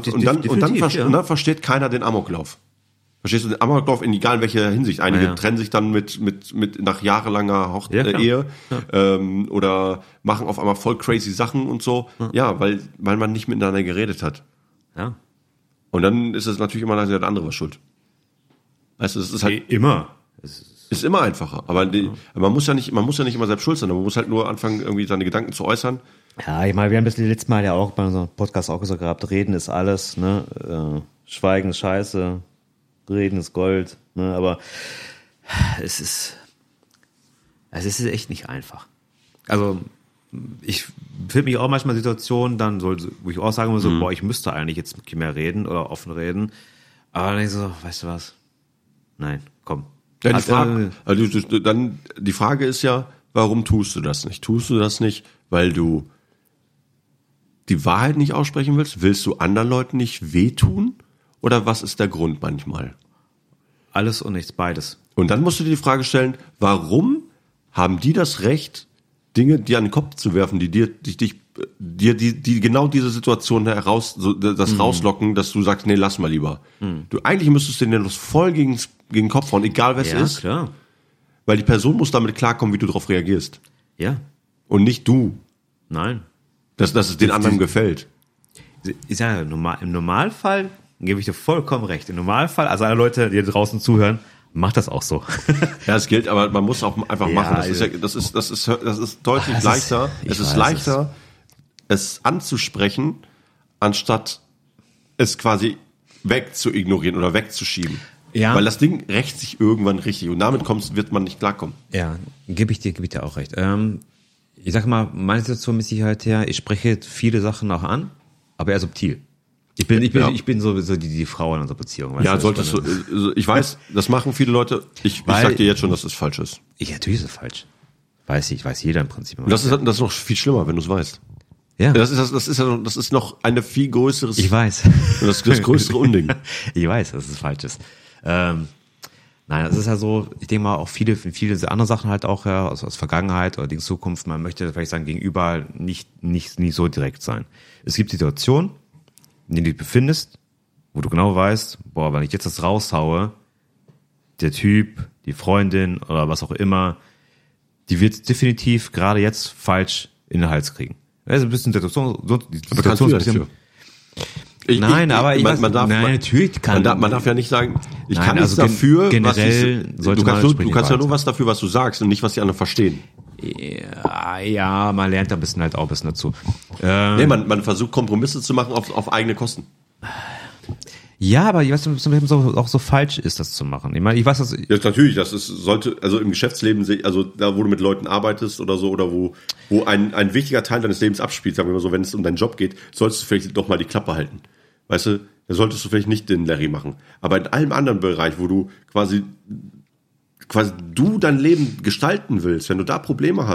versteht keiner den Amoklauf. Verstehst du den Amoklauf in egal welcher Hinsicht? Einige trennen sich dann mit nach jahrelanger Ehe oder machen auf einmal voll crazy Sachen und so. Ja, weil man nicht miteinander geredet hat. Ja. Und dann ist es natürlich immer der andere was schuld. Weißt du, es ist halt immer. Ist immer einfacher. Aber man muss ja nicht immer selbst schuld sein. Man muss halt nur anfangen, irgendwie seine Gedanken zu äußern. Ja, ich meine, wir haben das letztes Mal ja auch bei unserem Podcast auch gesagt gehabt, reden ist alles, ne? Schweigen ist scheiße, reden ist Gold, ne? Aber es ist echt nicht einfach. Also ich finde mich auch manchmal in Situationen dann so, wo ich auch sagen muss, boah, ich müsste eigentlich jetzt mehr reden oder offen reden. Aber dann denke ich so, weißt du was? Nein, komm. Ja, die Frage ist ja, warum tust du das nicht? Tust du das nicht, weil du die Wahrheit nicht aussprechen willst? Willst du anderen Leuten nicht wehtun? Oder was ist der Grund manchmal? Alles und nichts, beides. Und dann musst du dir die Frage stellen, warum haben die das Recht, Dinge dir an den Kopf zu werfen, die genau diese Situation rauslocken, dass du sagst, nee, lass mal lieber. Du eigentlich müsstest denen das voll gegen den Kopf hauen, egal wer es ist. Klar. Weil die Person muss damit klarkommen, wie du darauf reagierst. Ja. Und nicht du. Nein. Dass es den anderen gefällt. Ist ja im Normalfall, gebe ich dir vollkommen recht. Im Normalfall, also alle Leute, die draußen zuhören, macht das auch so. Ja, es gilt, aber man muss auch einfach machen. Das ist deutlich leichter. Es ist leichter, es anzusprechen, anstatt es quasi wegzuignorieren oder wegzuschieben. Ja. Weil das Ding rächt sich irgendwann richtig und damit wird man nicht klarkommen. Ja, gebe ich dir auch recht. Ich sag mal, meine Situation mit Sicherheit her, ich spreche viele Sachen auch an, aber eher subtil. Ich bin sowieso die Frau in unserer Beziehung. Ja, solltest du, ich weiß, das machen viele Leute. Ich sag dir jetzt schon, dass das falsch ist. Ja, natürlich ist es falsch. Weiß jeder im Prinzip. Und das ist noch viel schlimmer, wenn du es weißt. Ja. Das ist noch eine viel größeres. Ich weiß. Das größere Unding. Ich weiß, dass es falsch ist. Nein, das ist ja so, ich denke mal auch viele andere Sachen halt auch aus Vergangenheit oder die Zukunft, man möchte vielleicht sagen, gegenüber nicht so direkt sein. Es gibt Situationen, in denen du dich befindest, wo du genau weißt, boah, wenn ich jetzt das raushaue, der Typ, die Freundin oder was auch immer, die wird definitiv gerade jetzt falsch in den Hals kriegen. Das ist ein bisschen Situation ein bisschen. Man darf ja nicht sagen, ich kann nichts also dafür, generell du kannst ja nur was dafür, was du sagst und nicht, was die anderen verstehen. Ja, man lernt da ein bisschen dazu. Man versucht Kompromisse zu machen auf eigene Kosten. Ja, aber ich weiß nicht, auch so falsch ist, das zu machen. Ich meine, ich weiß, dass ja, natürlich, sollte, also im Geschäftsleben, also da, wo du mit Leuten arbeitest oder so, oder wo ein wichtiger Teil deines Lebens abspielt, sagen wir mal so, wenn es um deinen Job geht, solltest du vielleicht doch mal die Klappe halten. Weißt du, da solltest du vielleicht nicht den Larry machen. Aber in allem anderen Bereich, wo du quasi du dein Leben gestalten willst, wenn du da Probleme hast,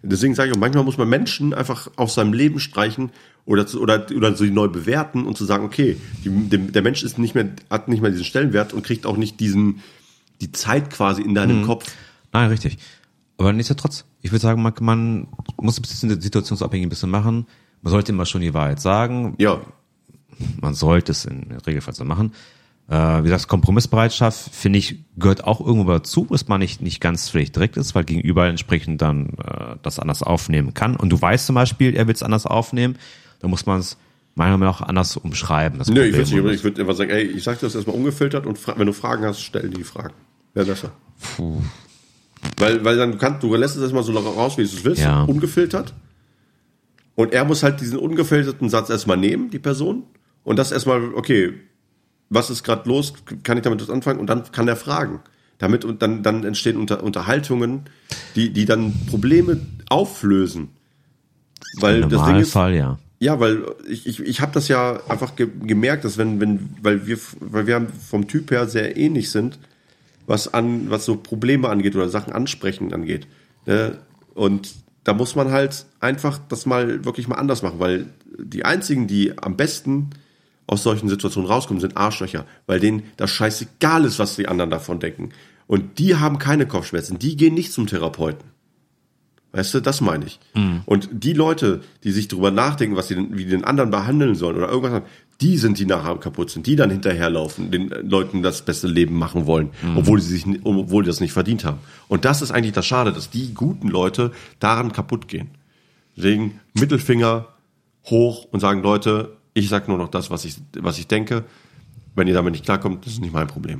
Deswegen sage ich auch, manchmal muss man Menschen einfach aus seinem Leben streichen oder sie neu bewerten und zu sagen, okay, der Mensch hat nicht mehr diesen Stellenwert und kriegt auch nicht die Zeit quasi in deinem Kopf. Nein, richtig. Aber nichtsdestotrotz, ich würde sagen, man muss ein bisschen situationsabhängig ein bisschen machen. Man sollte immer schon die Wahrheit sagen. Ja. Man sollte es in der Regelfall so machen. Wie gesagt, Kompromissbereitschaft, finde ich, gehört auch irgendwo dazu, dass man nicht ganz vielleicht direkt ist, weil gegenüber entsprechend dann das anders aufnehmen kann. Und du weißt zum Beispiel, er will es anders aufnehmen, dann muss man es meiner Meinung nach anders umschreiben. Ich würde einfach sagen, ey, ich sag das erstmal ungefiltert und wenn du Fragen hast, stell die Fragen. Wäre besser. Puh. Weil dann du lässt es erstmal so raus, wie du es willst, ungefiltert. Und er muss halt diesen ungefilterten Satz erstmal nehmen, die Person, und das erstmal, okay, was ist gerade los, kann ich damit was anfangen? Und dann kann er fragen. Und dann entstehen Unterhaltungen, die dann Probleme auflösen. Weil im das Ding ist, Fall, ja. Ja, weil ich habe das ja einfach gemerkt, dass weil wir vom Typ her sehr ähnlich sind, was so Probleme angeht oder Sachen ansprechen angeht. Ne? Und da muss man halt einfach das wirklich mal anders machen, weil die einzigen, die am besten aus solchen Situationen rauskommen, sind Arschlöcher, weil denen das scheißegal ist, was die anderen davon denken. Und die haben keine Kopfschmerzen, die gehen nicht zum Therapeuten. Weißt du, das meine ich. Mhm. Und die Leute, die sich darüber nachdenken, wie die den anderen behandeln sollen oder irgendwas, die sind, die nachher kaputt sind, die dann hinterherlaufen, den Leuten das beste Leben machen wollen, obwohl die das nicht verdient haben. Und das ist eigentlich das Schade, dass die guten Leute daran kaputt gehen. Deswegen Mittelfinger hoch und sagen, Leute, ich sag nur noch das, was ich denke. Wenn ihr damit nicht klarkommt, das ist nicht mein Problem.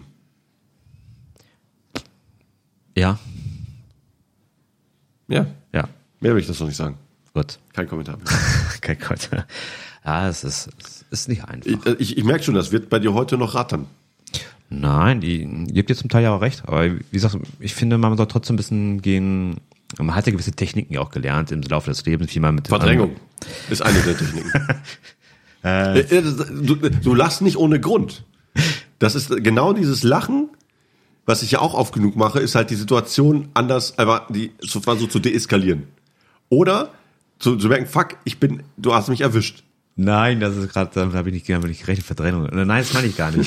Ja. Ja. Ja. Mehr will ich das noch nicht sagen. Gut. Kein Kommentar. Kein Kommentar. Ja, es ist nicht einfach. Ich merke schon, das wird bei dir heute noch rattern. Nein, ihr habt jetzt zum Teil ja auch recht. Aber wie gesagt, ich finde, man soll trotzdem ein bisschen gehen. Man hat ja gewisse Techniken ja auch gelernt im Laufe des Lebens, wie man mit Verdrängung ist eine der Techniken. Du lachst nicht ohne Grund. Das ist genau dieses Lachen, was ich ja auch oft genug mache, ist halt die Situation anders, aber zu deeskalieren. Oder zu merken, fuck, du hast mich erwischt. Nein, das ist gerade, da bin ich recht Verdrängung. Nein, das meine ich gar nicht.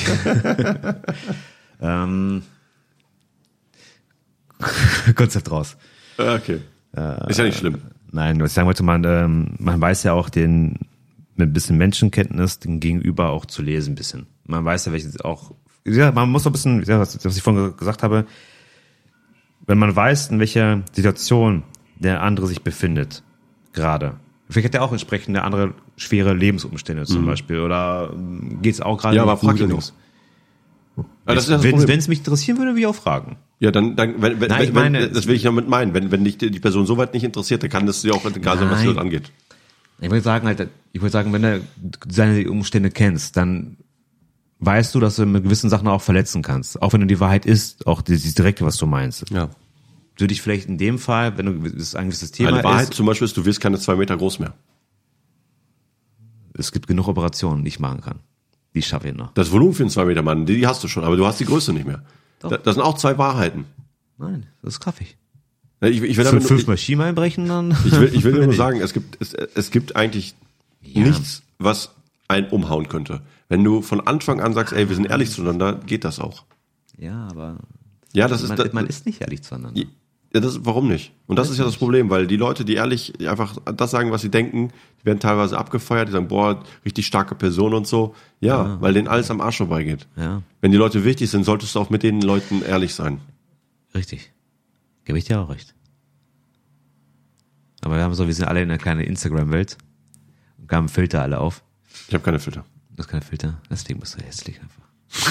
Konzept raus. Okay. Ist ja nicht schlimm. Nein, was ich sagen wollte, man weiß ja auch mit ein bisschen Menschenkenntnis den Gegenüber auch zu lesen ein bisschen. Man weiß ja, man muss so ein bisschen, was ich vorhin gesagt habe, wenn man weiß, in welcher Situation der andere sich befindet, gerade. Vielleicht hat er auch entsprechende andere schwere Lebensumstände zum Beispiel, oder geht's auch gerade aber frag ihn doch. Wenn es mich interessieren würde, würde ich auch fragen. Ja, dann das will ich damit meinen. Wenn dich die Person so weit nicht interessiert, dann kann das dir auch egal sein, was das angeht. Ich würde sagen, wenn du seine Umstände kennst, dann weißt du, dass du mit gewissen Sachen auch verletzen kannst. Auch wenn du die Wahrheit ist, auch das Direkte, was du meinst. Ja. Würde ich vielleicht in dem Fall, wenn du das ein gewisses Thema eine Wahrheit zum Beispiel ist, du wirst keine 2 Meter groß mehr. Es gibt genug Operationen, die ich machen kann. Die schaffe ich noch. Das Volumen für einen 2 Meter Mann, die hast du schon, aber du hast die Größe nicht mehr. Das sind auch 2 Wahrheiten. Nein, das ist kraftig. Ich will damit 5 Schienen einbrechen, dann. Ich will nur sagen, es gibt eigentlich nichts, was einen umhauen könnte. Wenn du von Anfang an sagst, ey, wir sind ehrlich zueinander, geht das auch. Ja, aber man ist nicht ehrlich zueinander. Ja, warum nicht? Und das ist ja das Problem, weil die Leute, die ehrlich einfach das sagen, was sie denken, die werden teilweise abgefeuert, die sagen, boah, richtig starke Person und so. Ja, weil denen alles am Arsch vorbeigeht. Ja. Wenn die Leute wichtig sind, solltest du auch mit den Leuten ehrlich sein. Richtig. Gebe ich dir auch recht. Aber wir sind alle in einer kleinen Instagram-Welt und haben Filter alle auf. Ich habe keine Filter. Du hast keine Filter? Deswegen bist du hässlich einfach.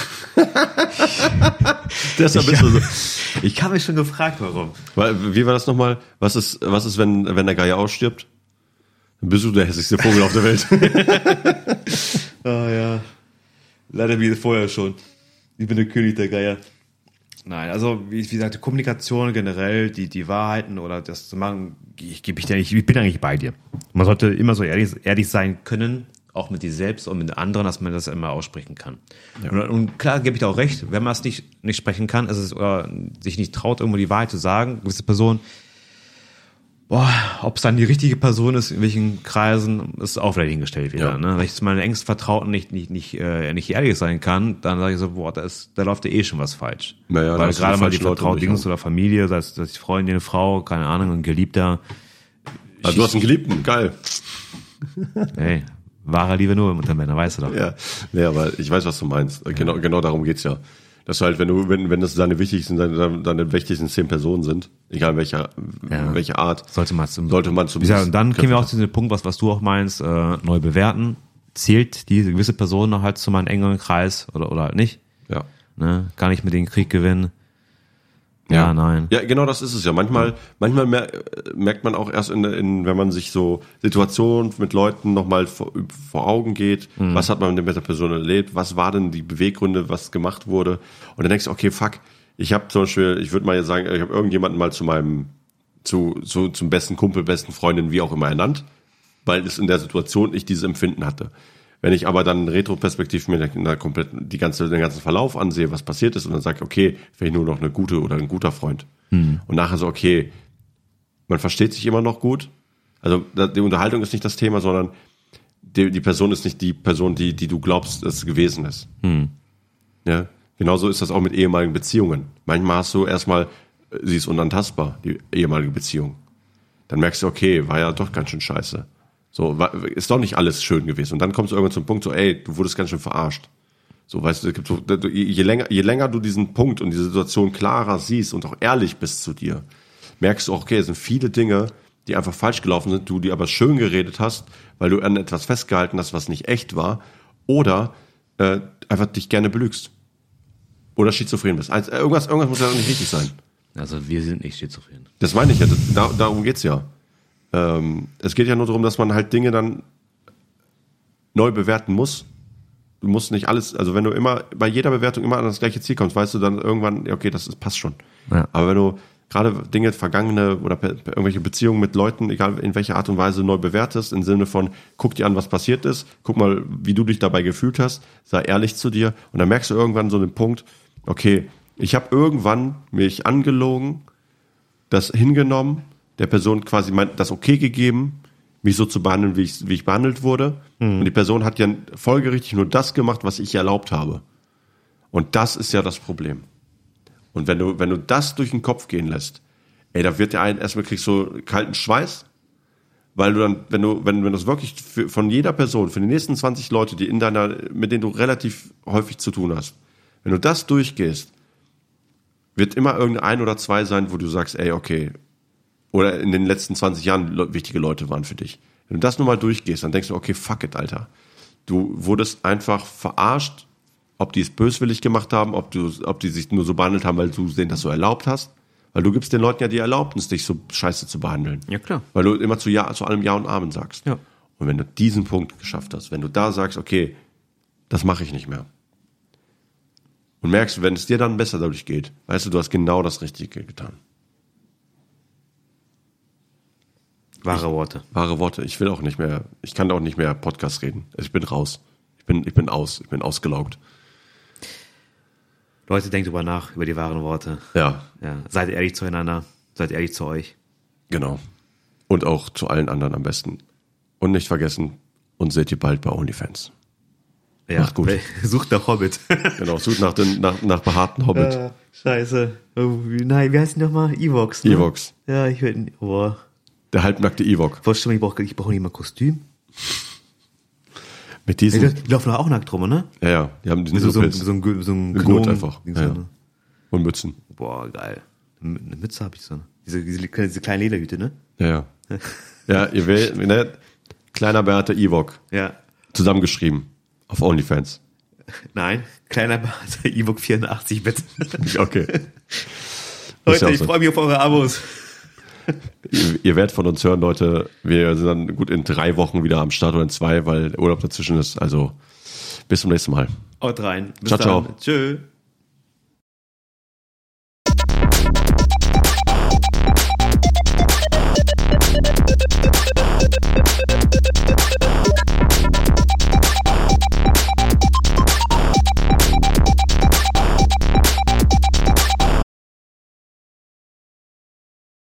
Ich habe mich schon gefragt, warum. Wie war das nochmal? Was ist, wenn der Geier ausstirbt? Dann bist du der hässlichste Vogel auf der Welt. Ja. Leider wie vorher schon. Ich bin der König der Geier. Nein, also wie gesagt, die Kommunikation generell, die Wahrheiten oder das zu machen, ich bin eigentlich bei dir. Man sollte immer so ehrlich sein können, auch mit dir selbst und mit den anderen, dass man das immer aussprechen kann. Ja. Und klar, gebe ich dir auch recht, wenn man es nicht sprechen kann, oder sich nicht traut, irgendwo die Wahrheit zu sagen, gewisse Person, ob es dann die richtige Person ist, in welchen Kreisen, ist auch vielleicht hingestellt wieder. Ja. Ne? Wenn ich zu meinen engsten Vertrauten nicht ehrlich sein kann, dann sage ich so, da läuft ja eh schon was falsch. Naja, weil gerade mal die Leute Vertrauten nicht oder Familie, sei es die Freundin, eine Frau, keine Ahnung, ein Geliebter. Also du hast einen Geliebten, geil. Hey, wahre Liebe nur unter Männern, weißt du doch. Ja, aber ich weiß, was du meinst. Genau darum geht's ja. Dass du halt, wenn das deine wichtigsten 10 Personen sind, egal welche Art, sollte man zumindest. Ja, und dann kämen wir auch zu dem Punkt, was du auch meinst, neu bewerten. Zählt diese gewisse Person noch halt zu meinem engeren Kreis oder halt nicht? Ja. Ne? Kann ich mit den Krieg gewinnen? Ja, nein. Ja, genau das ist es ja. Manchmal merkt man auch erst wenn man sich so Situationen mit Leuten nochmal vor Augen geht, was hat man mit der Person erlebt, was war denn die Beweggründe, was gemacht wurde. Und dann denkst du, okay, fuck, ich habe zum Beispiel, ich würde mal jetzt sagen, ich habe irgendjemanden mal zum besten Kumpel, besten Freundin, wie auch immer ernannt, weil es in der Situation ich dieses Empfinden hatte. Wenn ich aber dann retroperspektiv mir den ganzen Verlauf ansehe, was passiert ist und dann sage, okay, wäre ich nur noch eine gute oder ein guter Freund. Und nachher so, okay, man versteht sich immer noch gut. Also die Unterhaltung ist nicht das Thema, sondern die Person ist nicht die Person, die du glaubst, dass es gewesen ist. Ja, genauso ist das auch mit ehemaligen Beziehungen. Manchmal hast du erstmal, sie ist unantastbar, die ehemalige Beziehung. Dann merkst du, okay, war ja doch ganz schön scheiße. So, ist doch nicht alles schön gewesen. Und dann kommst du irgendwann zum Punkt so, ey, du wurdest ganz schön verarscht. So, weißt du, es gibt so, je länger du diesen Punkt und diese Situation klarer siehst und auch ehrlich bist zu dir, merkst du auch, okay, es sind viele Dinge, die einfach falsch gelaufen sind, du die aber schön geredet hast, weil du an etwas festgehalten hast, was nicht echt war, oder einfach dich gerne belügst. Oder schizophren bist. Irgendwas muss ja nicht richtig sein. Also wir sind nicht schizophren. Das meine ich ja, darum geht's ja. Es geht ja nur darum, dass man halt Dinge dann neu bewerten muss. Du musst nicht alles, also wenn du immer bei jeder Bewertung immer an das gleiche Ziel kommst, weißt du dann irgendwann, okay, passt schon. Ja. Aber wenn du gerade Dinge, vergangene oder irgendwelche Beziehungen mit Leuten, egal in welcher Art und Weise, neu bewertest, im Sinne von, guck dir an, was passiert ist, guck mal, wie du dich dabei gefühlt hast, sei ehrlich zu dir und dann merkst du irgendwann so den Punkt, okay, ich habe irgendwann mich angelogen, das hingenommen, der Person quasi das okay gegeben, mich so zu behandeln, wie ich behandelt wurde. Und die Person hat ja folgerichtig nur das gemacht, was ich erlaubt habe. Und das ist ja das Problem. Und wenn du das durch den Kopf gehen lässt, ey, da wird der einen erstmal kriegst du kalten Schweiß, weil du dann, wenn du das wirklich von jeder Person, für die nächsten 20 Leute, mit denen du relativ häufig zu tun hast, wenn du das durchgehst, wird immer irgendein oder zwei sein, wo du sagst, ey, okay, oder in den letzten 20 Jahren wichtige Leute waren für dich. Wenn du das nur mal durchgehst, dann denkst du, okay, fuck it, Alter. Du wurdest einfach verarscht, ob die es böswillig gemacht haben, ob die sich nur so behandelt haben, weil du denen das so erlaubt hast. Weil du gibst den Leuten ja die Erlaubnis, dich so scheiße zu behandeln. Ja, klar. Weil du immer zu allem Ja und Amen sagst. Ja. Und wenn du diesen Punkt geschafft hast, wenn du da sagst, okay, das mache ich nicht mehr. Und merkst, wenn es dir dann besser dadurch geht, weißt du hast genau das Richtige getan. Wahre Worte. Ich kann auch nicht mehr Podcast reden. Ich bin raus. Ich bin ausgelaugt. Leute, denkt drüber nach, über die wahren Worte. Ja. Seid ehrlich zueinander, seid ehrlich zu euch. Genau. Und auch zu allen anderen am besten. Und nicht vergessen, uns seht ihr bald bei OnlyFans. Ja, macht gut. Sucht nach Hobbit. Genau, sucht nach behaarten Hobbit. Scheiße. Nein, wie heißt die nochmal? Evox. Ne? Evox. Ja, ich will. Oh. Der halbnackte Ewok. Ich brauche nicht mal Kostüm. Mit diesen. Die laufen doch auch nackt rum, ne? Ja. Die haben diesen so ein Gurt einfach. Ja. Und Mützen. Boah, geil. Eine Mütze habe ich so. Diese kleinen Lederhüte, ne? Ja. Ja, ihr wählt, ne? Kleiner Beate Ewok. Ja. Zusammengeschrieben. Auf OnlyFans. Nein, kleiner Beate Ewok 84, bitte. Okay. Leute, ich freue mich auf eure Abos. Ihr werdet von uns hören, Leute. Wir sind dann gut in 3 Wochen wieder am Start oder in 2, weil Urlaub dazwischen ist. Also bis zum nächsten Mal. Haut rein. Bis ciao. Tschö.